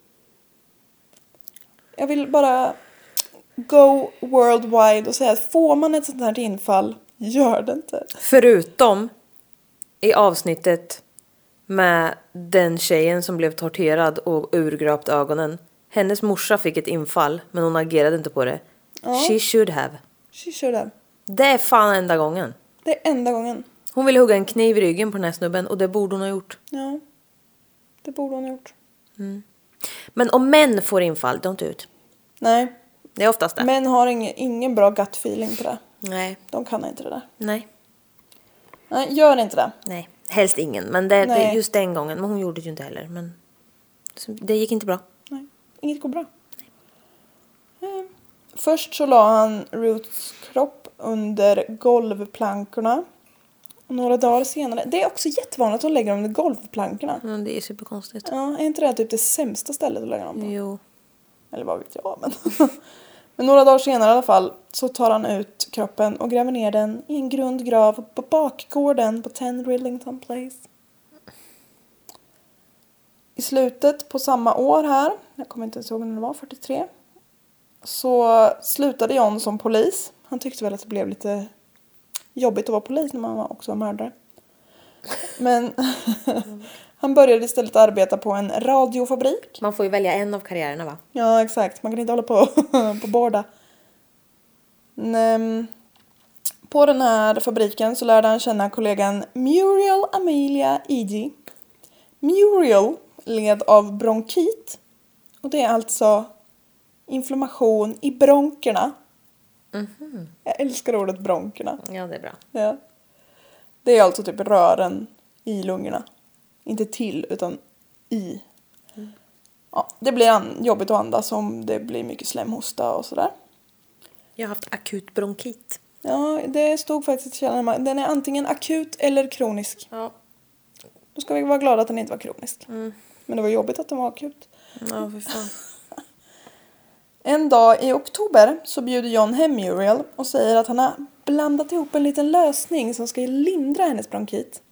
Jag vill bara go worldwide och säga att får man ett sånt här infall, gör det inte. Förutom i avsnittet med den tjejen som blev torterad och urgröpt ögonen. Hennes morsa fick ett infall, men hon agerade inte på det. Ja. She should have. She should have. Det är fan enda gången. Det är enda gången. Hon ville hugga en kniv i ryggen på den här snubben och det borde hon ha gjort. Ja, det borde hon ha gjort. Men om män får infall, don't do it. Nej, Det är oftast det. män har ingen, ingen bra gut feeling på det. Nej, De kan inte det där. nej, Nej, gör inte det. nej. Helst ingen. Men det, det, Nej. just den gången. Men hon gjorde det ju inte heller. Men så det gick inte bra. Nej, inget går bra. Eh, Först så la han Ruths kropp under golvplankorna. Och några dagar senare. Det är också jättevanligt att de lägger dem under golvplankorna. Men det är superkonstigt. Ja, är inte det typ det sämsta stället att lägga dem på? Jo. Eller vad vet jag, men... men några dagar senare i alla fall så tar han ut kroppen och gräver ner den i en grund grav på bakgården på tio Rillington Place. I slutet på samma år här, jag kommer inte ens ihåg när det var, fyrtiotre, så slutade John som polis. Han tyckte väl att det blev lite jobbigt att vara polis när man var också var mördare. Men han började istället arbeta på en radiofabrik. Man får ju välja en av karriärerna, va? Ja, exakt. Man kan inte hålla på på båda. Men, på den här fabriken så lärde han känna kollegan Muriel Amelia Eady. Muriel led av bronkit. Och det är alltså inflammation i bronkerna. Mhm. Jag älskar ordet bronkerna. Ja, det är bra. Ja. Det är alltså typ rören i lungorna. Inte till, utan i. Ja, det blir an- jobbigt att andas om det blir mycket slemhosta och sådär. Jag har haft akut bronkit. Ja, det stod faktiskt i källan. Den är antingen akut eller kronisk. Ja. Då ska vi vara glada att den inte var kronisk. Mm. Men det var jobbigt att den var akut. Ja, för fan. En dag i oktober så bjuder John hem Muriel och säger att han har blandat ihop en liten lösning som ska lindra hennes bronkit.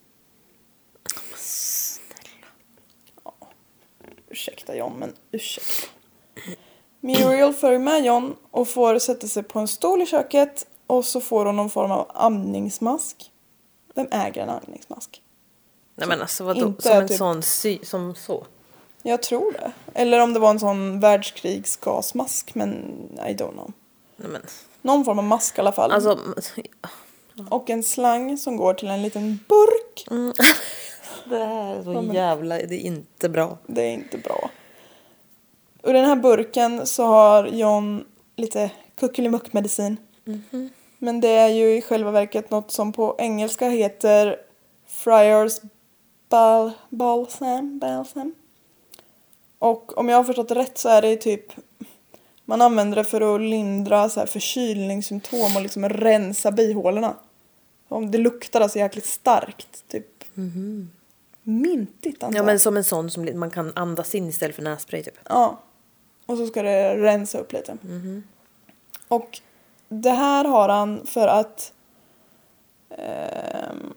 Snälla. Ja. Ursäkta John, men ursäkta. Muriel följer med John och får sätta sig på en stol i köket och så får hon någon form av andningsmask. Vem äger en andningsmask? Nej men alltså vadå? Inte Som en typ- sån sy, som så. Jag tror det. Eller om det var en sån världskrigsgasmask, men I don't know. Nej men. Någon form av mask i alla fall. Alltså. Och en slang som går till en liten burk. Mm. Det här är så Ja, men- jävla, det är inte bra. Det är inte bra. Ur den här burken så har John lite kuckelimuckmedicin. Mm-hmm. Men det är ju i själva verket något som på engelska heter Friars bal- balsam, balsam. Och om jag har förstått det rätt så är det typ man använder det för att lindra så här förkylningssymptom och liksom rensa bihålorna. Om det luktar alltså jäkligt starkt typ. Mm-hmm. Mintigt antar Ja jag. men som en sån som man kan andas in istället för nässpray typ. Ja. Och så ska det rensa upp lite. Mm-hmm. Och det här har han för att ehm,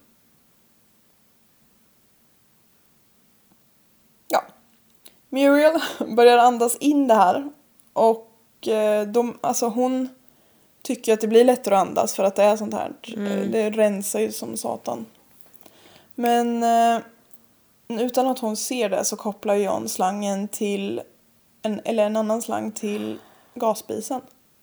ja. Muriel börjar andas in det här. Och eh, de, alltså hon tycker att det blir lättare att andas för att det är sånt här. Mm. Det rensar ju som satan. Men eh, utan att hon ser det så kopplar John slangen till en, eller en annan slang till gasspisen.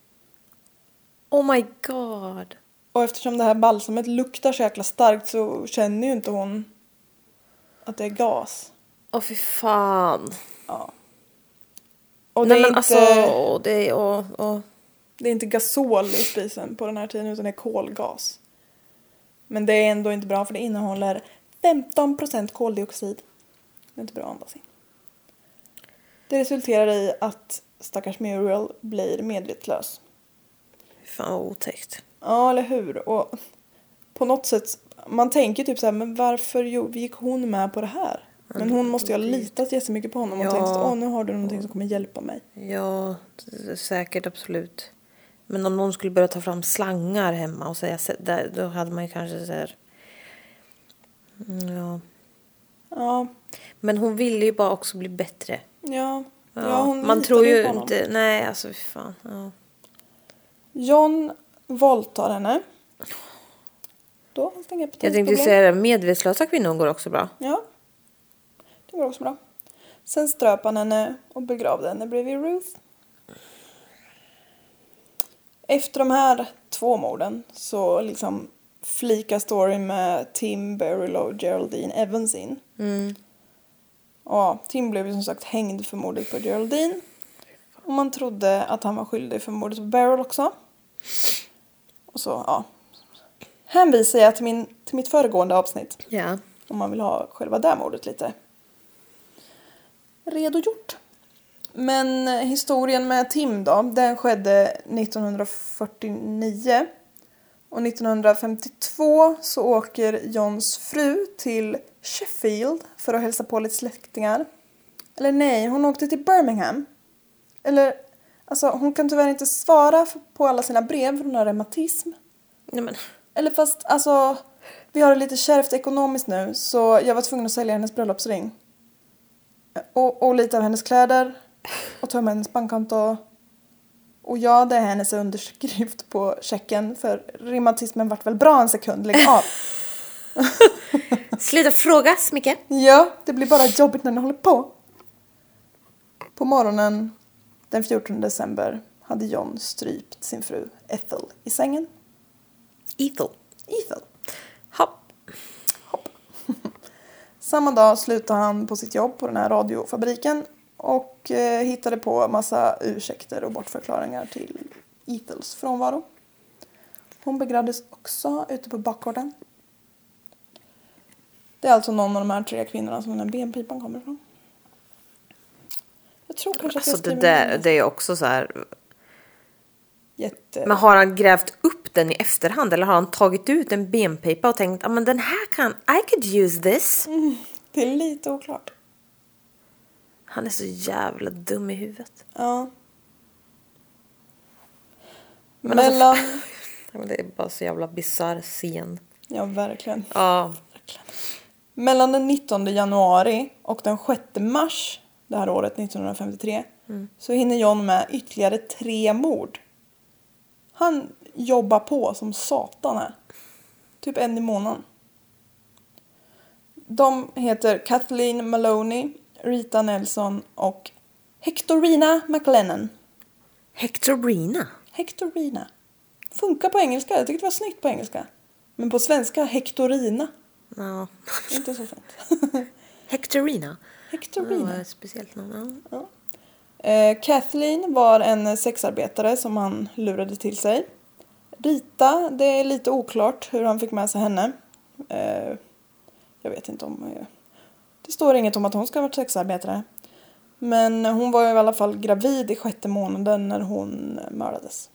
Oh my god. Och eftersom det här balsamet luktar så jäkla starkt så känner ju inte hon att det är gas. Åh oh, fy fan. Ja. Och Nej det, är men inte, alltså, det är, åh, åh. det är inte gasol i spisen på den här tiden utan det är kolgas. Men det är ändå inte bra för det innehåller femton procent koldioxid. Det är inte bra att andas in. Det resulterar i att stackars Muriel blir medvetslös. Fan vad otäckt. Ja, eller hur? Och på något sätt, man tänker typ så här, men varför gick hon med på det här? Men hon måste ju ha litat jättemycket på honom och Ja. tänkt att åh, nu har du någonting som kommer hjälpa mig. Ja, det är säkert absolut. Men om någon skulle börja ta fram slangar hemma och säga så där, då hade man ju kanske så här. Mm, ja. Ja, Men hon ville ju bara också bli bättre. ja. Ja, ja hon man litade tror ju på honom. inte, nej alltså fy fan. Ja. John våldtar henne. Då fanns det inga Jag tänkte problem. ju säga det, medvetslösa kvinnor går också bra. Ja, det går också bra. Sen ströp han henne och begravde henne bredvid Ruth. Efter de här två morden så liksom flikar storyn med Tim, Beryl och Geraldine Evans in. Mm. Ja, Tim blev ju som sagt hängd för mordet på Geraldine. Och man trodde att han var skyldig för mordet på Beryl också. Och så, ja. Hänvisar jag till, min, till mitt föregående avsnitt. Ja. Om man vill ha själva det mordet lite redogjort. Men historien med Tim då, den skedde nittonhundrafyrtionio. Och nittonhundrafemtiotvå så åker Johns fru till Sheffield för att hälsa på lite släktingar. Eller nej, hon åkte till Birmingham. Eller, alltså hon kan tyvärr inte svara på alla sina brev för hon har reumatism. Nej men. Eller fast, alltså, vi har det lite kärvt ekonomiskt nu så jag var tvungen att sälja hennes bröllopsring. Och, och lite av hennes kläder. Och tömma hennes bankkonto. Och ja, det är hennes underskrift på checken. För reumatismen vart väl bra en sekund. Lägg av. Sluta fråga, Smicke. Ja, det blir bara jobbigt när den håller på. På morgonen den fjortonde december hade John strypt sin fru Ethel i sängen. Ethel. Ethel. Hopp. Hopp. Samma dag slutade han på sitt jobb på den här radiofabriken och eh, hittade på massa ursäkter och bortförklaringar till Ethels frånvaro. Hon begravdes också ute på bakgården. Det är alltså någon av de här tre kvinnorna som den här benpipan kommer ifrån. Jag tror kanske att Alltså jag det skriver där, ner. det är också så här. Jätte... Men har han grävt upp ihop den i efterhand? Eller har han tagit ut en benpaper och tänkt, ja men den här kan, I could use this. Mm, det är lite oklart. Han är så jävla dum i huvudet. Ja. Men Mellan... alltså, det är bara så jävla bizarr scen. Ja, verkligen. Ja. Mellan den nittonde januari och den sjätte mars det här året nittonhundrafemtiotre mm. så hinner John med ytterligare tre mord. Han jobbar på som satan här. Typ en i månaden. De heter Kathleen Maloney, Rita Nelson och Hectorina McLennan. Hectorina? Hectorina. Funkar på engelska. Jag tyckte det var snyggt på engelska. Men på svenska, Hectorina. Ja. Inte så fint. Hectorina? Hectorina. Ja, ett speciellt namn. Ja. Eh, Kathleen var en sexarbetare som han lurade till sig. Rita, det är lite oklart hur han fick med sig henne. Eh, jag vet inte om... Eh, det står inget om att hon ska ha varit sexarbetare. Men hon var i alla fall gravid i sjätte månaden när hon mördades.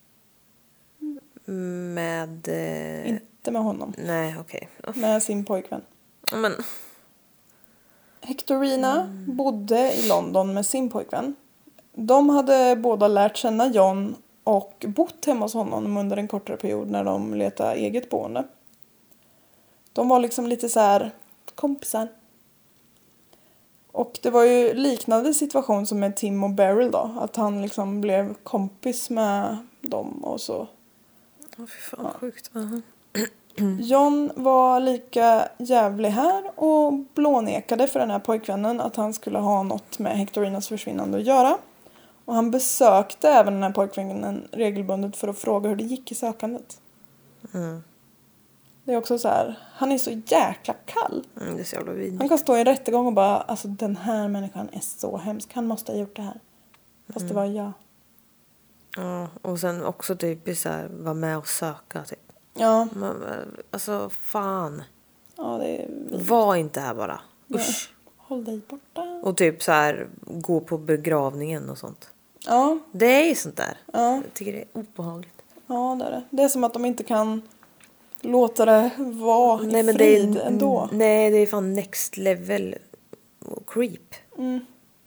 Med... Eh... Inte med honom. Nej, okej. Okay. Med sin pojkvän. Men... Hectorina mm. bodde i London med sin pojkvän. De hade båda lärt känna John och bott hemma hos honom under en kortare period när de letade eget boende. De var liksom lite så här kompisar. Och det var ju liknande situation som med Tim och Beryl då. Att han liksom blev kompis med dem och så. Åh, fy fan, ja. Sjukt. Uh-huh. John var lika jävlig här och blånekade för den här pojkvännen att han skulle ha något med Hectorinas försvinnande att göra. Och han besökte även den här pojkvännen regelbundet för att fråga hur det gick i sökandet. Mm. Det är också så här, han är så jäkla kall. Mm, det är så jävla vidrigt. Han kan stå i en rättegång och bara, alltså den här människan är så hemsk. Han måste ha gjort det här. Fast mm. det var jag. Ja, och sen också typ så här, vara med och söka typ. Ja. Men, alltså fan. Ja, det är... Var inte här bara. Usch. Ja. Håll dig borta. Och typ så här, gå på begravningen och sånt. Ja. Det är ju sånt där. Ja. Jag tycker det är obehagligt. Ja, det är det. Det är som att de inte kan låta det vara nej, i men frid det är, ändå. Nej, det är fan next level creep. Mm.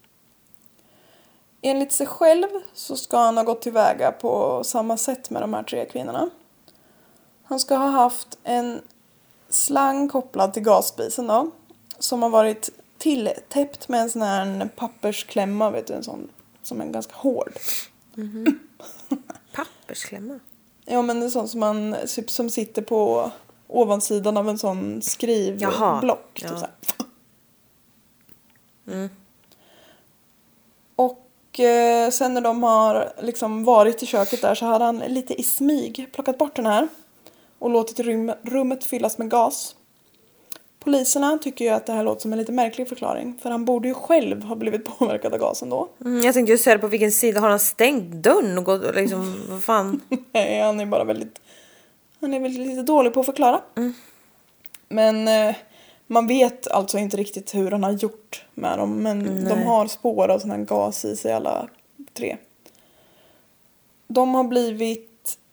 Enligt sig själv så ska han ha gått tillväga på samma sätt med de här tre kvinnorna. Han ska ha haft en slang kopplad till gasspisen då. Som har varit tilltäppt med en sån här pappersklämma, vet du, en sån som är ganska hård. Mm-hmm. Pappersklämma? Ja, men det är sånt som man som sitter på ovansidan av en sån skrivblock. Typ ja. så här. Mm. Och eh, sen när de har liksom varit i köket där så hade han lite i smyg plockat bort den här. Och låtit rum, rummet fyllas med gas. Poliserna tycker ju att det här låter som en lite märklig förklaring. För han borde ju själv ha blivit påverkad av gasen då. Mm, jag tänkte ju säga på vilken sida har han stängt dörren och gått liksom, vad fan. Nej, han är bara väldigt, han är väl lite dålig på att förklara. Mm. Men eh, man vet alltså inte riktigt hur han har gjort med dem. Men Nej. de har spår av sån här gas i sig alla tre. De har blivit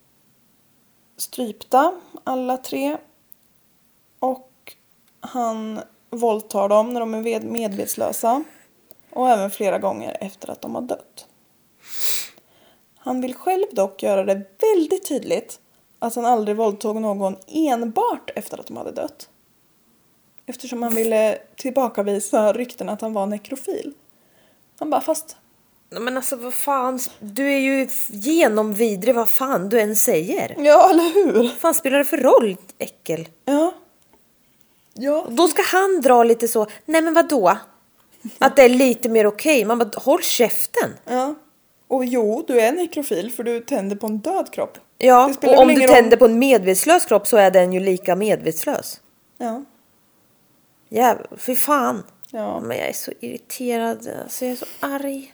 strypta alla tre. Och han våldtar dem när de är medvetslösa. Och även flera gånger efter att de har dött. Han vill själv dock göra det väldigt tydligt att han aldrig våldtog någon enbart efter att de hade dött. Eftersom han ville tillbakavisa rykten att han var nekrofil. Han bara, fast... Men alltså vad fan, du är ju genomvidrig, vad fan du än säger. Ja, eller hur? Vad fan spelar det för roll, äckel? Ja. Ja. Då ska han dra lite så, nej men vadå? Att det är lite mer okej, man bara, håll käften. Ja. Och jo, du är nekrofil för du tänder på en död kropp. Ja, och om du tänder på en medvetslös kropp så är den ju lika medvetslös. Ja. Jävlar, för fan. Ja. Men jag är så irriterad, alltså jag är så arg.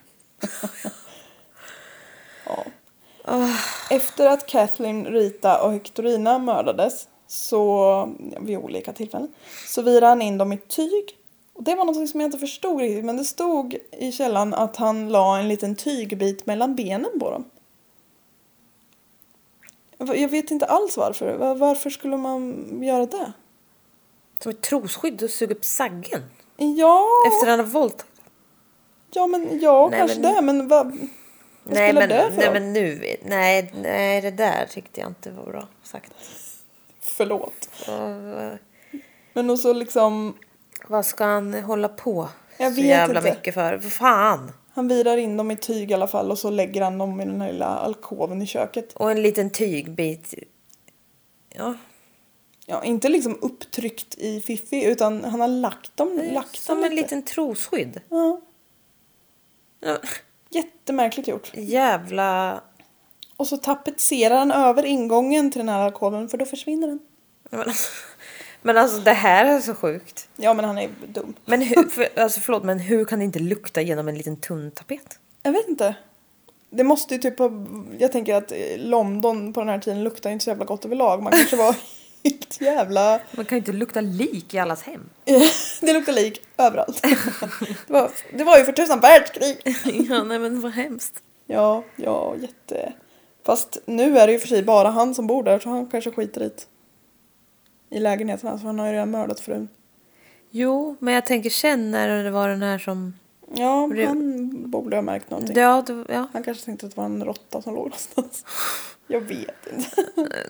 Ja. Oh. Efter att Kathleen, Rita och Hectorina mördades så, vid olika tillfällen, så virade han in dem i tyg. Och det var något som jag inte förstod riktigt, men det stod i källan att han la en liten tygbit mellan benen på dem. Jag vet inte alls varför. Var- Varför skulle man göra det? Som ett trosskydd och suga upp saggen. Ja, Efter han har våldtagit. ja men ja, Nej, kanske men- det. Men vad, vad Nej spelar men, det för nej roll? men nu, nej, nej det där tyckte jag inte var bra sagt. Förlåt. Och, Men och så liksom, vad ska han hålla på Jag så vet jävla inte. mycket för? Vad fan? han virar in dem i tyg i alla fall och så lägger han dem i den här lilla alkoven i köket. Och en liten tygbit. Ja, Ja, inte liksom upptryckt i fiffi utan han har lagt dem, lagt som dem en lite. liten trosskydd. Ja, Ja, jättemärkligt gjort. jävla... Och så tapetserar han över ingången till den här alkoven för då försvinner den. Men alltså, men alltså det här är så sjukt. Ja, men han är dum. Men hur, för, alltså förlåt, men hur kan det inte lukta genom en liten tunn tapet? Jag vet inte. Det måste ju typ ha, jag tänker att London på den här tiden luktar inte så jävla gott överlag. Man kanske var helt jävla... Man kan ju inte lukta lik i allas hem. Det luktar lik överallt. Det var, det var ju för tusan världskrig. Ja, nej men vad hemskt. Ja, ja, jätte... Fast nu är det ju för sig bara han som bor där så han kanske skiter i det. I lägenheten, så han har ju redan mördat frun. Jo, men jag tänker sen när det var den här som... Ja, Det- han borde ha märkt någonting. Ja, det, ja. Han kanske tänkte att det var en råtta som låg någonstans. Jag vet inte.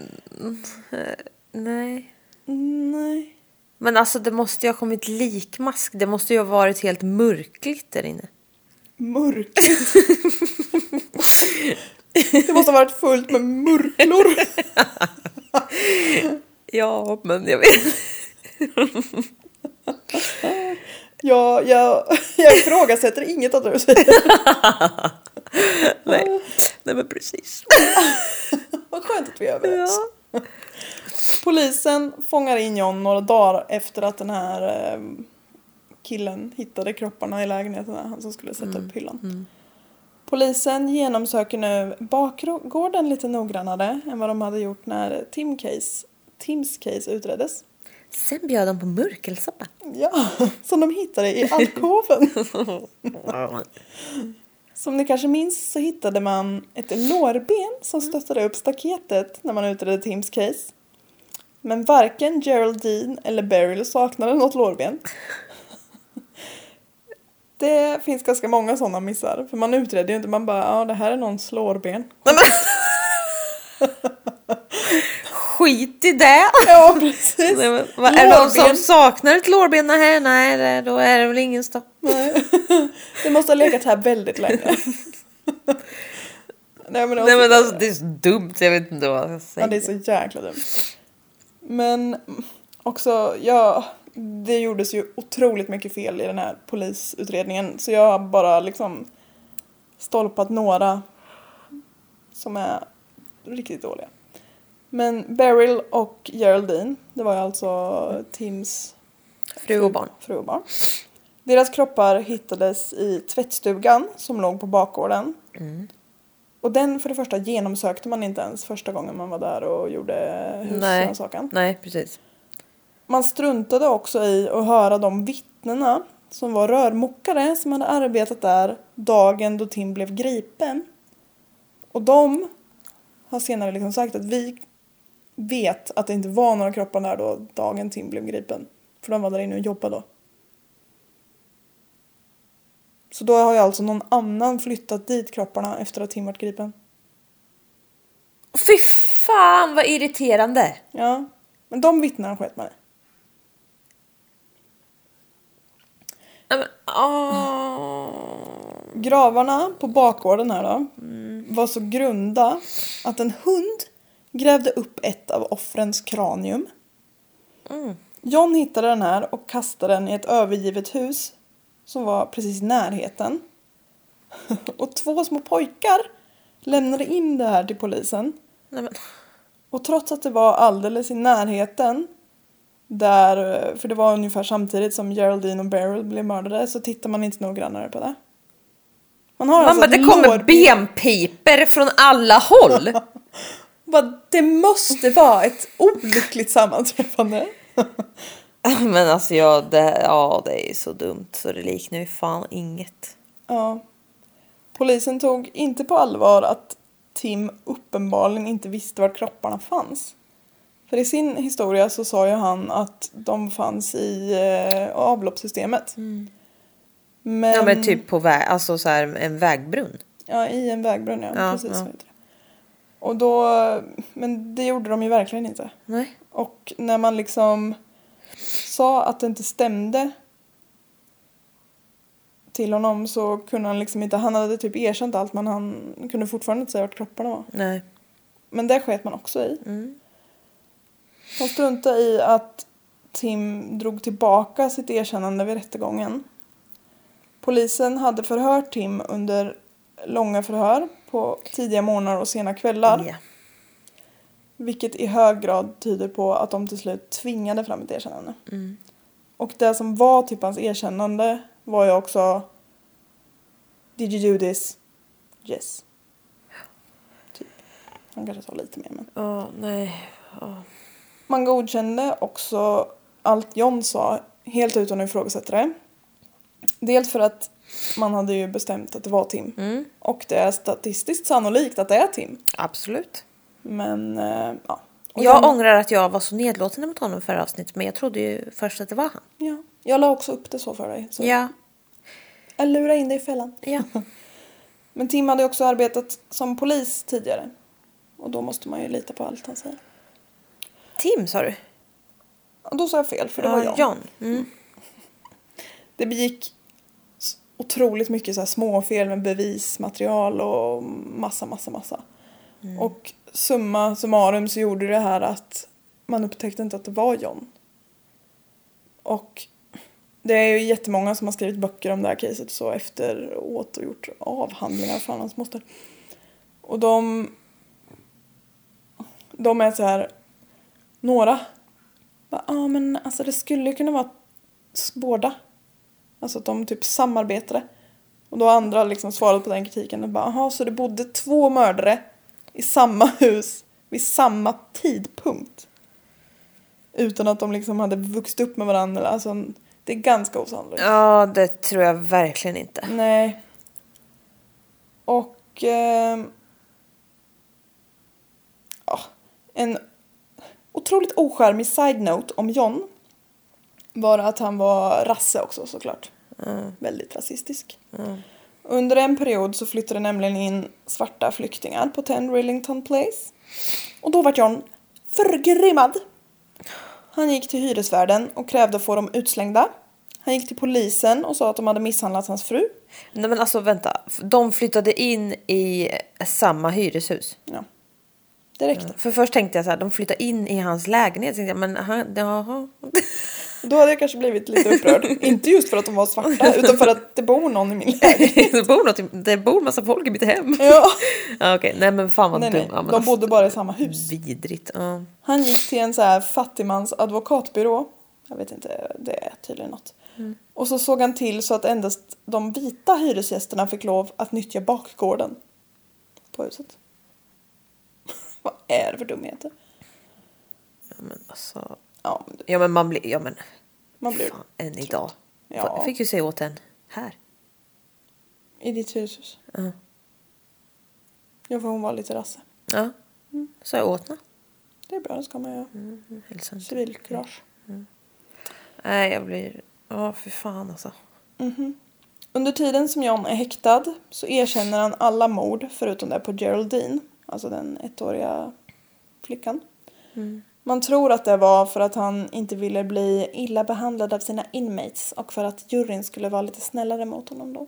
Nej. Nej. Men alltså det måste ju ha kommit likmask. Det måste ju ha varit helt mörkligt där inne. Mörkligt. Det måste ha varit fullt med murklor. Ja, men jag vet. Ja, jag, jag ifrågasätter inget av det du säger. Nej. Nej, men precis. Vad skönt att vi är överens. Ja. Polisen fångar in John några dagar efter att den här eh, killen hittade kropparna i lägenheten. Han som skulle sätta upp hyllan. Mm. Polisen genomsöker nu bakgården lite noggrannare än vad de hade gjort när Tim case, Tims case utreddes. Sen bjöd de på mörkelsoppa. Ja, som de hittade i alkoven. Som ni kanske minns så hittade man ett lårben som stöttade upp staketet när man utredde Tims case. Men varken Geraldine eller Beryl saknade något lårben. Det finns ganska många sådana missar. För man utredde ju inte, man bara, ja det här är någons lårben. Skit i det! Ja, precis. Nej, men, vad, är det någon som Lårben. saknar ett lårben? Nej, nej, det- då är det väl ingen stopp. Nej. Det måste ha legat här väldigt länge. Nej, men, Nej men alltså det är så dumt, jag vet inte vad jag ska säga. Ja, det är så jäkla dumt. Men också, ja, det gjordes ju otroligt mycket fel i den här polisutredningen. Så jag har bara liksom stolpat några som är riktigt dåliga. Men Beryl och Geraldine, det var ju alltså Tims Fru och barn. fru och barn. Deras kroppar hittades i tvättstugan som låg på bakgården. Mm. Och den för det första genomsökte man inte ens första gången man var där och gjorde husrannsakan. Nej, precis. Man struntade också i att höra de vittnena som var rörmokare som hade arbetat där dagen då Tim blev gripen. Och de har senare liksom sagt att vi vet att det inte var några kroppar där då dagen Tim blev gripen. För de var där inne och jobbade då. Så då har ju alltså någon annan flyttat dit kropparna efter att Tim varit gripen. Fy fan vad irriterande! Ja, men de vittnena sket man i. Nej, men, åh. Gravarna på bakgården här då var så grunda att en hund grävde upp ett av offrens kranium. Mm. John hittade den här och kastade den i ett övergivet hus som var precis i närheten. Och två små pojkar lämnade in det här till polisen. Nej, men. Och trots att det var alldeles i närheten där, för det var ungefär samtidigt som Geraldine och Beryl blev mördade, så tittar man inte noggrannare på det. Man har Man alltså bara, ett det kommer lårben. benpiper från alla håll. Bara, det måste vara ett olyckligt sammanträffande. Men alltså ja det, ja, det är så dumt så det liknar ju fan inget. Ja. Polisen tog inte på allvar att Tim uppenbarligen inte visste var kropparna fanns. För i sin historia så sa ju han att de fanns i eh, avloppssystemet. Mm. Men, Ja, men typ på väg, alltså så här en vägbrunn. Ja, i en vägbrunn, ja. Ja, precis. ja. Vet jag. Och då, men det gjorde de ju verkligen inte. Nej. Och när man liksom sa att det inte stämde till honom så kunde han liksom inte, han hade typ erkänt allt men han kunde fortfarande inte säga vart kropparna var. Nej. Men det sket man också i. Mm. Han struntade i att Tim drog tillbaka sitt erkännande vid rättegången. Polisen hade förhört Tim under långa förhör på tidiga morgnar och sena kvällar. Yeah. Vilket i hög grad tyder på att de till slut tvingade fram ett erkännande. Mm. Och det som var typ hans erkännande var ju också Did you do this? Yes. Typ. Han kanske sa lite mer men. Ja, oh, nej. Oh. Man godkände också allt John sa helt utan att ifrågasätta det. Dels för att man hade ju bestämt att det var Tim. Mm. Och det är statistiskt sannolikt att det är Tim. Absolut. Men äh, ja. Och jag John, ångrar att jag var så nedlåtande mot honom förra avsnittet. Men jag trodde ju först att det var han. Ja, jag la också upp det så för dig. Så. Ja. Jag lurar in dig i fällan. Ja. Men Tim hade också arbetat som polis tidigare. Och då måste man ju lita på allt han säger. Tim sa du? Och då sa jag fel för det ja, var John. John. Mm. Det begick otroligt mycket så här småfel med bevismaterial och massa, massa, massa. Mm. Och summa summarum så gjorde det här att man upptäckte inte att det var John. Och det är ju jättemånga som har skrivit böcker om det här caset så efteråt och gjort avhandlingar för hans moster. Och de de är så här några ja ah, men alltså det skulle kunna vara båda. Alltså att de typ samarbetade. Och då har andra liksom svarat på den kritiken och bara aha, så det bodde två mördare i samma hus vid samma tidpunkt. Utan att de liksom hade vuxit upp med varandra. Alltså det är ganska osannolikt. Ja, det tror jag verkligen inte. Nej. Och eh, ja, en otroligt ocharmig side-note om John var att han var rasse också såklart. Mm. Väldigt rasistisk. Mm. Under en period så flyttade nämligen in svarta flyktingar på ten Rillington Place. Och då var John förgrymmad. Han gick till hyresvärden och krävde att få dem utslängda. Han gick till polisen och sa att de hade misshandlat hans fru. Nej men alltså vänta, de flyttade in i samma hyreshus. Ja, det räckte. Ja. För först tänkte jag så här, de flyttade in i hans lägenhet. Jag, men han, jaha. Då hade jag kanske blivit lite upprörd. Inte just för att de var svarta, utan för att det bor någon i min lägenhet. det, bor något, det bor massa folk i mitt hem. Ja. Ja, okej, nej men fan vad Nej, dum. nej. Ja, men De alltså, bodde bara i samma hus. Vidrigt. Ja. Han gick till en så här fattigmans advokatbyrå. Jag vet inte, det är tydligen något. Mm. Och så såg han till så att endast de vita hyresgästerna fick lov att nyttja bakgården på huset. Vad är det för dumheter? Ja men alltså. Ja men, Ja men man blir, ja men. man blir Fan, än idag. Ja. Jag fick ju se åt en här. I ditt hus. Ja. Ja, för hon var lite rasse. Ja. Mm. Så jag åt henne. Det är bra, det ska man göra. Mm. Hälsan. Civilkurage. Mm. Nej, jag blir... Ja, för fan alltså. Mm-hmm. Under tiden som John är häktad så erkänner han alla mord förutom det på Geraldine. Alltså den ettåriga flickan. Mm. Man tror att det var för att han inte ville bli illa behandlad av sina inmates och för att juryn skulle vara lite snällare mot honom då.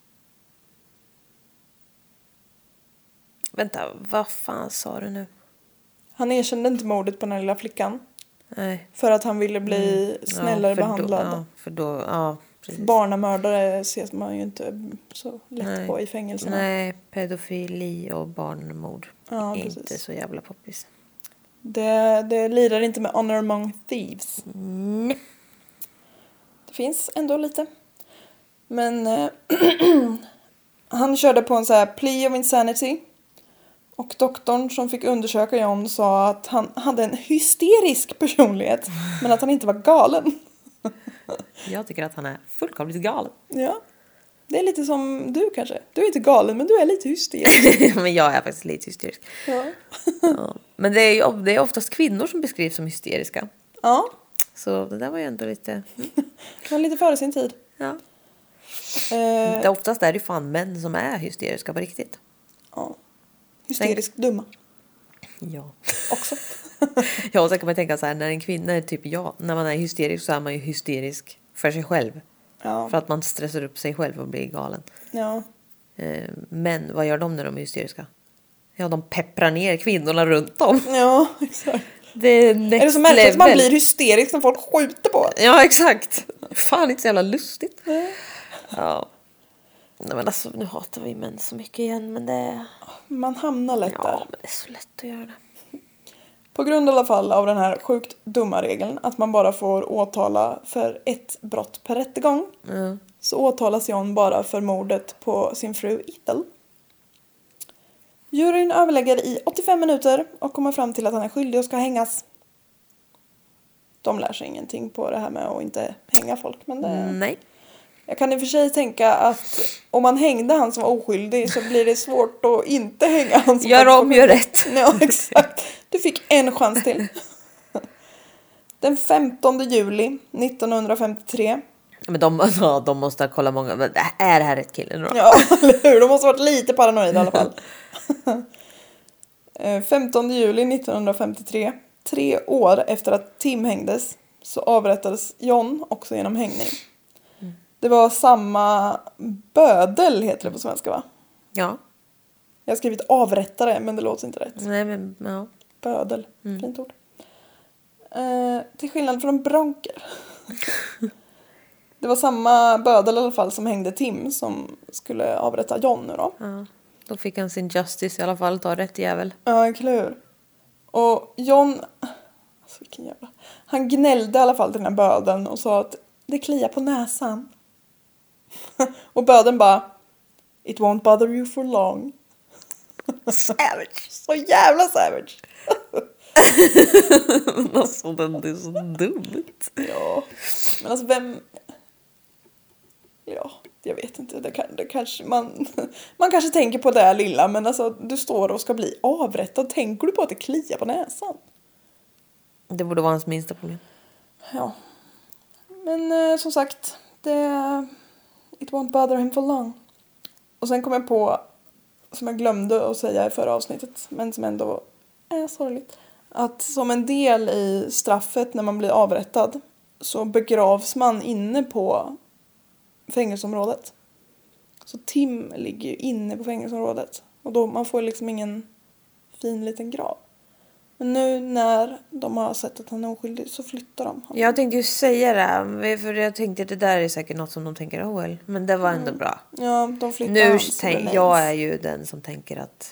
Vänta, vad fan sa du nu? Han erkände inte mordet på den lilla flickan. Nej. För att han ville bli Mm. snällare ja, för behandlad. Då, ja, för då, ja, precis. Barnamördare ses man ju inte så lätt Nej. på i fängelserna. Nej, pedofili och barnmord. Ja, är precis. inte så jävla poppis. Det, det lirar inte med honor among thieves. Mm. Det finns ändå lite. Men eh, han körde på en så här plea of insanity. Och doktorn som fick undersöka John sa att han hade en hysterisk personlighet. Men att han inte var galen. Jag tycker att han är fullkomligt galen. Ja. Det är lite som du kanske. Du är inte galen, men du är lite hysterisk. Men jag är faktiskt lite hysterisk. Ja. Ja. Men det är ju det är oftast kvinnor som beskrivs som hysteriska. Ja. Så det där var ju ändå lite... Mm. Men lite före sin tid. Ja. Eh, Det oftast är det fan män som är hysteriska på riktigt. ja. Hysteriskt dumma Ja. också. Ja, och så kan man tänka så här, när en kvinna är typ jag, när man är hysterisk så är man ju hysterisk för sig själv. Ja. För att man stressar upp sig själv och blir galen. Ja. Eh, Men vad gör de när de är hysteriska? Ja, de pepprar ner kvinnorna runt om. Ja, exakt. Det är next Är det så märkligt att man level. blir hysterisk när folk skjuter på en? Ja, exakt. Fan, inte så jävla lustigt. Ja. Nej, men alltså, nu hatar vi män så mycket igen, men det... Man hamnar lätt Ja, där. men det är så lätt att göra det. På grund i alla fall av den här sjukt dumma regeln att man bara får åtala för ett brott per rättegång. Mm. Så åtalas John bara för mordet på sin fru Ethel. Juryn överlägger i åttiofem minuter och kommer fram till att han är skyldig och ska hängas. De lär sig ingenting på det här med att inte hänga folk. Men det... Nej. Jag kan i och för sig tänka att om man hängde han som var oskyldig så blir det svårt att inte hänga han som Gör var om, gör rätt. Ja, exakt. Du fick en chans till. Den femtonde juli nittonhundrafemtiotre. Men de, ja, de måste kolla många. Men är det här rätt kille då? Ja, eller hur? De måste ha varit lite paranoid i alla fall. femtonde juli nittonhundrafemtiotre. Tre år efter att Tim hängdes så avrättades John också genom hängning. Mm. Det var samma bödel heter det på svenska, va? Ja. Jag har skrivit avrättare, men det låter inte rätt. Nej, men ja. Bödel, Mm. fint ord. Eh, till skillnad från Bronker. Det var samma bödel i alla fall som hängde Tim som skulle avrätta John nu då. Ja. Då fick han sin justice i alla fall, ta rätt jävel. Ja, klur. Och John, alltså vilken jävla... Han gnällde i alla fall till den här bödeln och sa att det kliar på näsan. Och bödeln bara, it won't bother you for long. Savage. Så jävla savage. Alltså, det är så dumt. Ja, men alltså vem... Ja, jag vet inte. Det, kan, det kanske man... Man kanske tänker på det här lilla, men alltså du står och ska bli avrättad. Tänker du på att det kliar på näsan? Det borde vara hans minsta problem. Ja. Men eh, som sagt, det... It won't bother him for long. Och sen kom jag på, som jag glömde att säga i förra avsnittet, men som ändå är sorgligt. Att som en del i straffet när man blir avrättad så begravs man inne på fängelseområdet. Så Tim ligger ju inne på fängelseområdet. Och då man får liksom ingen fin liten grav. Men nu när de har sett att han är oskyldig så flyttar de. Jag tänkte ju säga det, för jag tänkte att det där är säkert något som de tänker, oh well. Men det var ändå bra. Ja, de flyttar Nu hans tänk, remains. jag är ju den som tänker att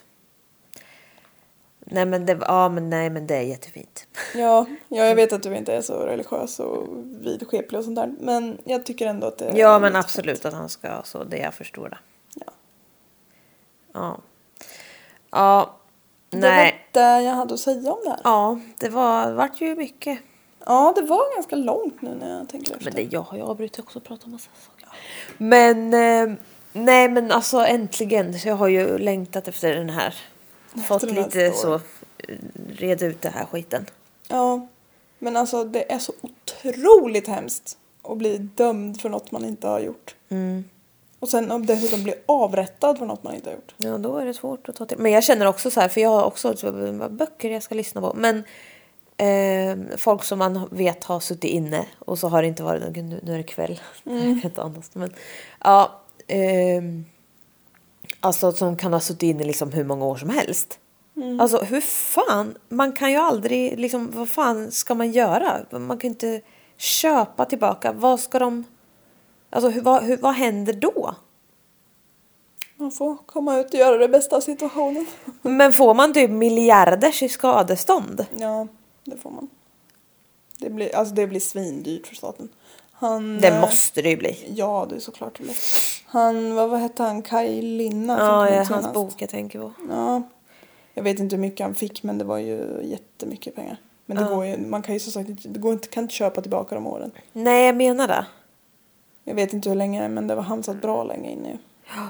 nej men det, ja, men nej men det är jättefint. Ja, ja, jag vet att du inte är så religiös och vidskeplig och sånt där. Men jag tycker ändå att det är... Ja, men absolut att han ska, så det jag förstår det. Ja. Ja. Ja. Det Nej. var det jag hade att säga om det här. Ja, det var vart ju mycket. Ja, det var ganska långt nu när jag tänker efter. Men det jag har ju avbrutit också att prata om massa saker. Men eh, nej men alltså äntligen så jag har ju längtat efter den här. Fått den här lite storyn. så red ut det här skiten. Ja, men alltså det är så otroligt hemskt att bli dömd för något man inte har gjort. Mm. Och sen om dessutom bli avrättad för något man inte har gjort. Ja, då är det svårt att ta till. Men jag känner också så här, för jag har också så, vad böcker jag ska lyssna på. Men eh, folk som man vet har suttit inne och så har det inte varit, nu, nu är det kväll. Mm. Jag kan inte andas. Men ja, eh, alltså som kan ha suttit inne liksom hur många år som helst. Mm. Alltså hur fan, man kan ju aldrig liksom, vad fan ska man göra? Man kan inte köpa tillbaka. Vad ska de, alltså hur, vad, hur, vad händer då? Man får komma ut och göra det bästa av situationen. Men får man typ miljarders i skadestånd? Ja, det får man. Det blir, alltså det blir svindyrt för staten. Han, Det måste det ju bli. Ja, det är såklart det blir. Han, vad, vad hette han? Kaj Linna. som Ja, kom ja ut hans senast. bok jag tänker på. Ja, jag vet inte hur mycket han fick, men det var ju jättemycket pengar. Men det Ja. går ju, man kan ju som sagt inte, det går inte, kan inte köpa tillbaka de åren. Nej, jag menar det. Jag vet inte hur länge, men det var han satt bra länge inne. Ja.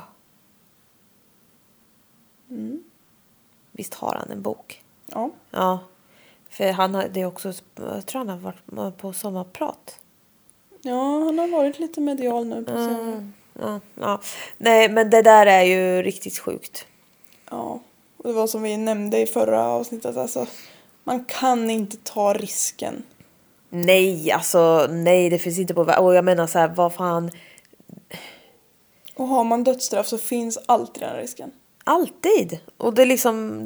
Mm. Visst har han en bok? Ja. Ja. För han har det är också, jag tror han har varit på sommarprat. Ja, han har varit lite medial nu på senare. Mm. Ja, ja. Nej, men det där är ju riktigt sjukt. Ja, och det var som vi nämnde i förra avsnittet. Alltså, man kan inte ta risken. Nej, alltså nej, det finns inte på... Och jag menar så här, vad fan... Och har man dödsstraff så finns alltid den risken. Alltid. Och det är liksom...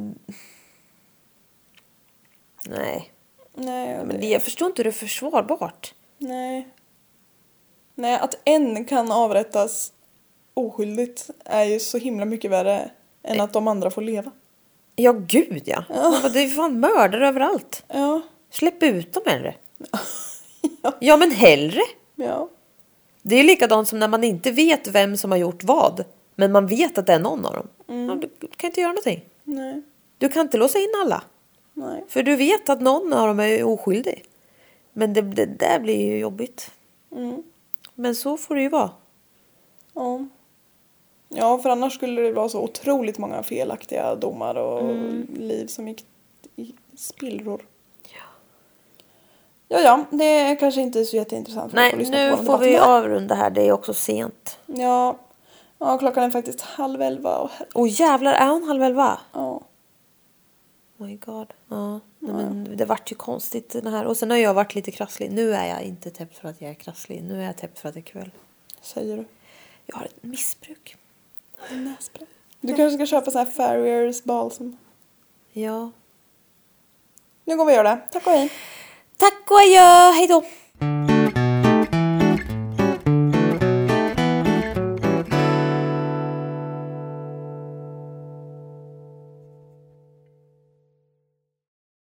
Nej. Nej, det... Men det, jag förstår inte hur det är försvarbart. Nej. Nej, att en kan avrättas oskyldigt är ju så himla mycket värre än att de andra får leva. Ja, gud ja. ja. Det är fan mördare överallt. Ja. Släpp ut dem hellre. ja. Ja, men hellre. Ja. Det är likadant som när man inte vet vem som har gjort vad. Men man vet att det är någon av dem. Mm. Ja, du kan inte göra någonting. Nej. Du kan inte låsa in alla. Nej. För du vet att någon av dem är oskyldig. Men det, det där blir ju jobbigt. Mm. Men så får det ju vara. Ja. Ja, för annars skulle det vara så otroligt många felaktiga domar och mm. liv som gick i spillror. Ja. Ja, ja, det är kanske inte så jätteintressant. För Nej, att få lyssna nu på får debatten. vi avrunda här. Det är också sent. Ja. Ja, klockan är faktiskt halv elva. Åh oh, jävlar, är hon halv elva? Ja. Oh my god. Ja, nej, men det vart ju konstigt den här. Och sen har jag varit lite krasslig. Nu är jag inte täppt för att jag är krasslig. Nu är jag täppt för att det är kväll. Säger du? Jag har ett missbruk. Nässpray. Du kanske ska köpa så här Farriers balsam. Ja. Nu går vi och gör det. Tack och hej. Tack och adjö. Hej då.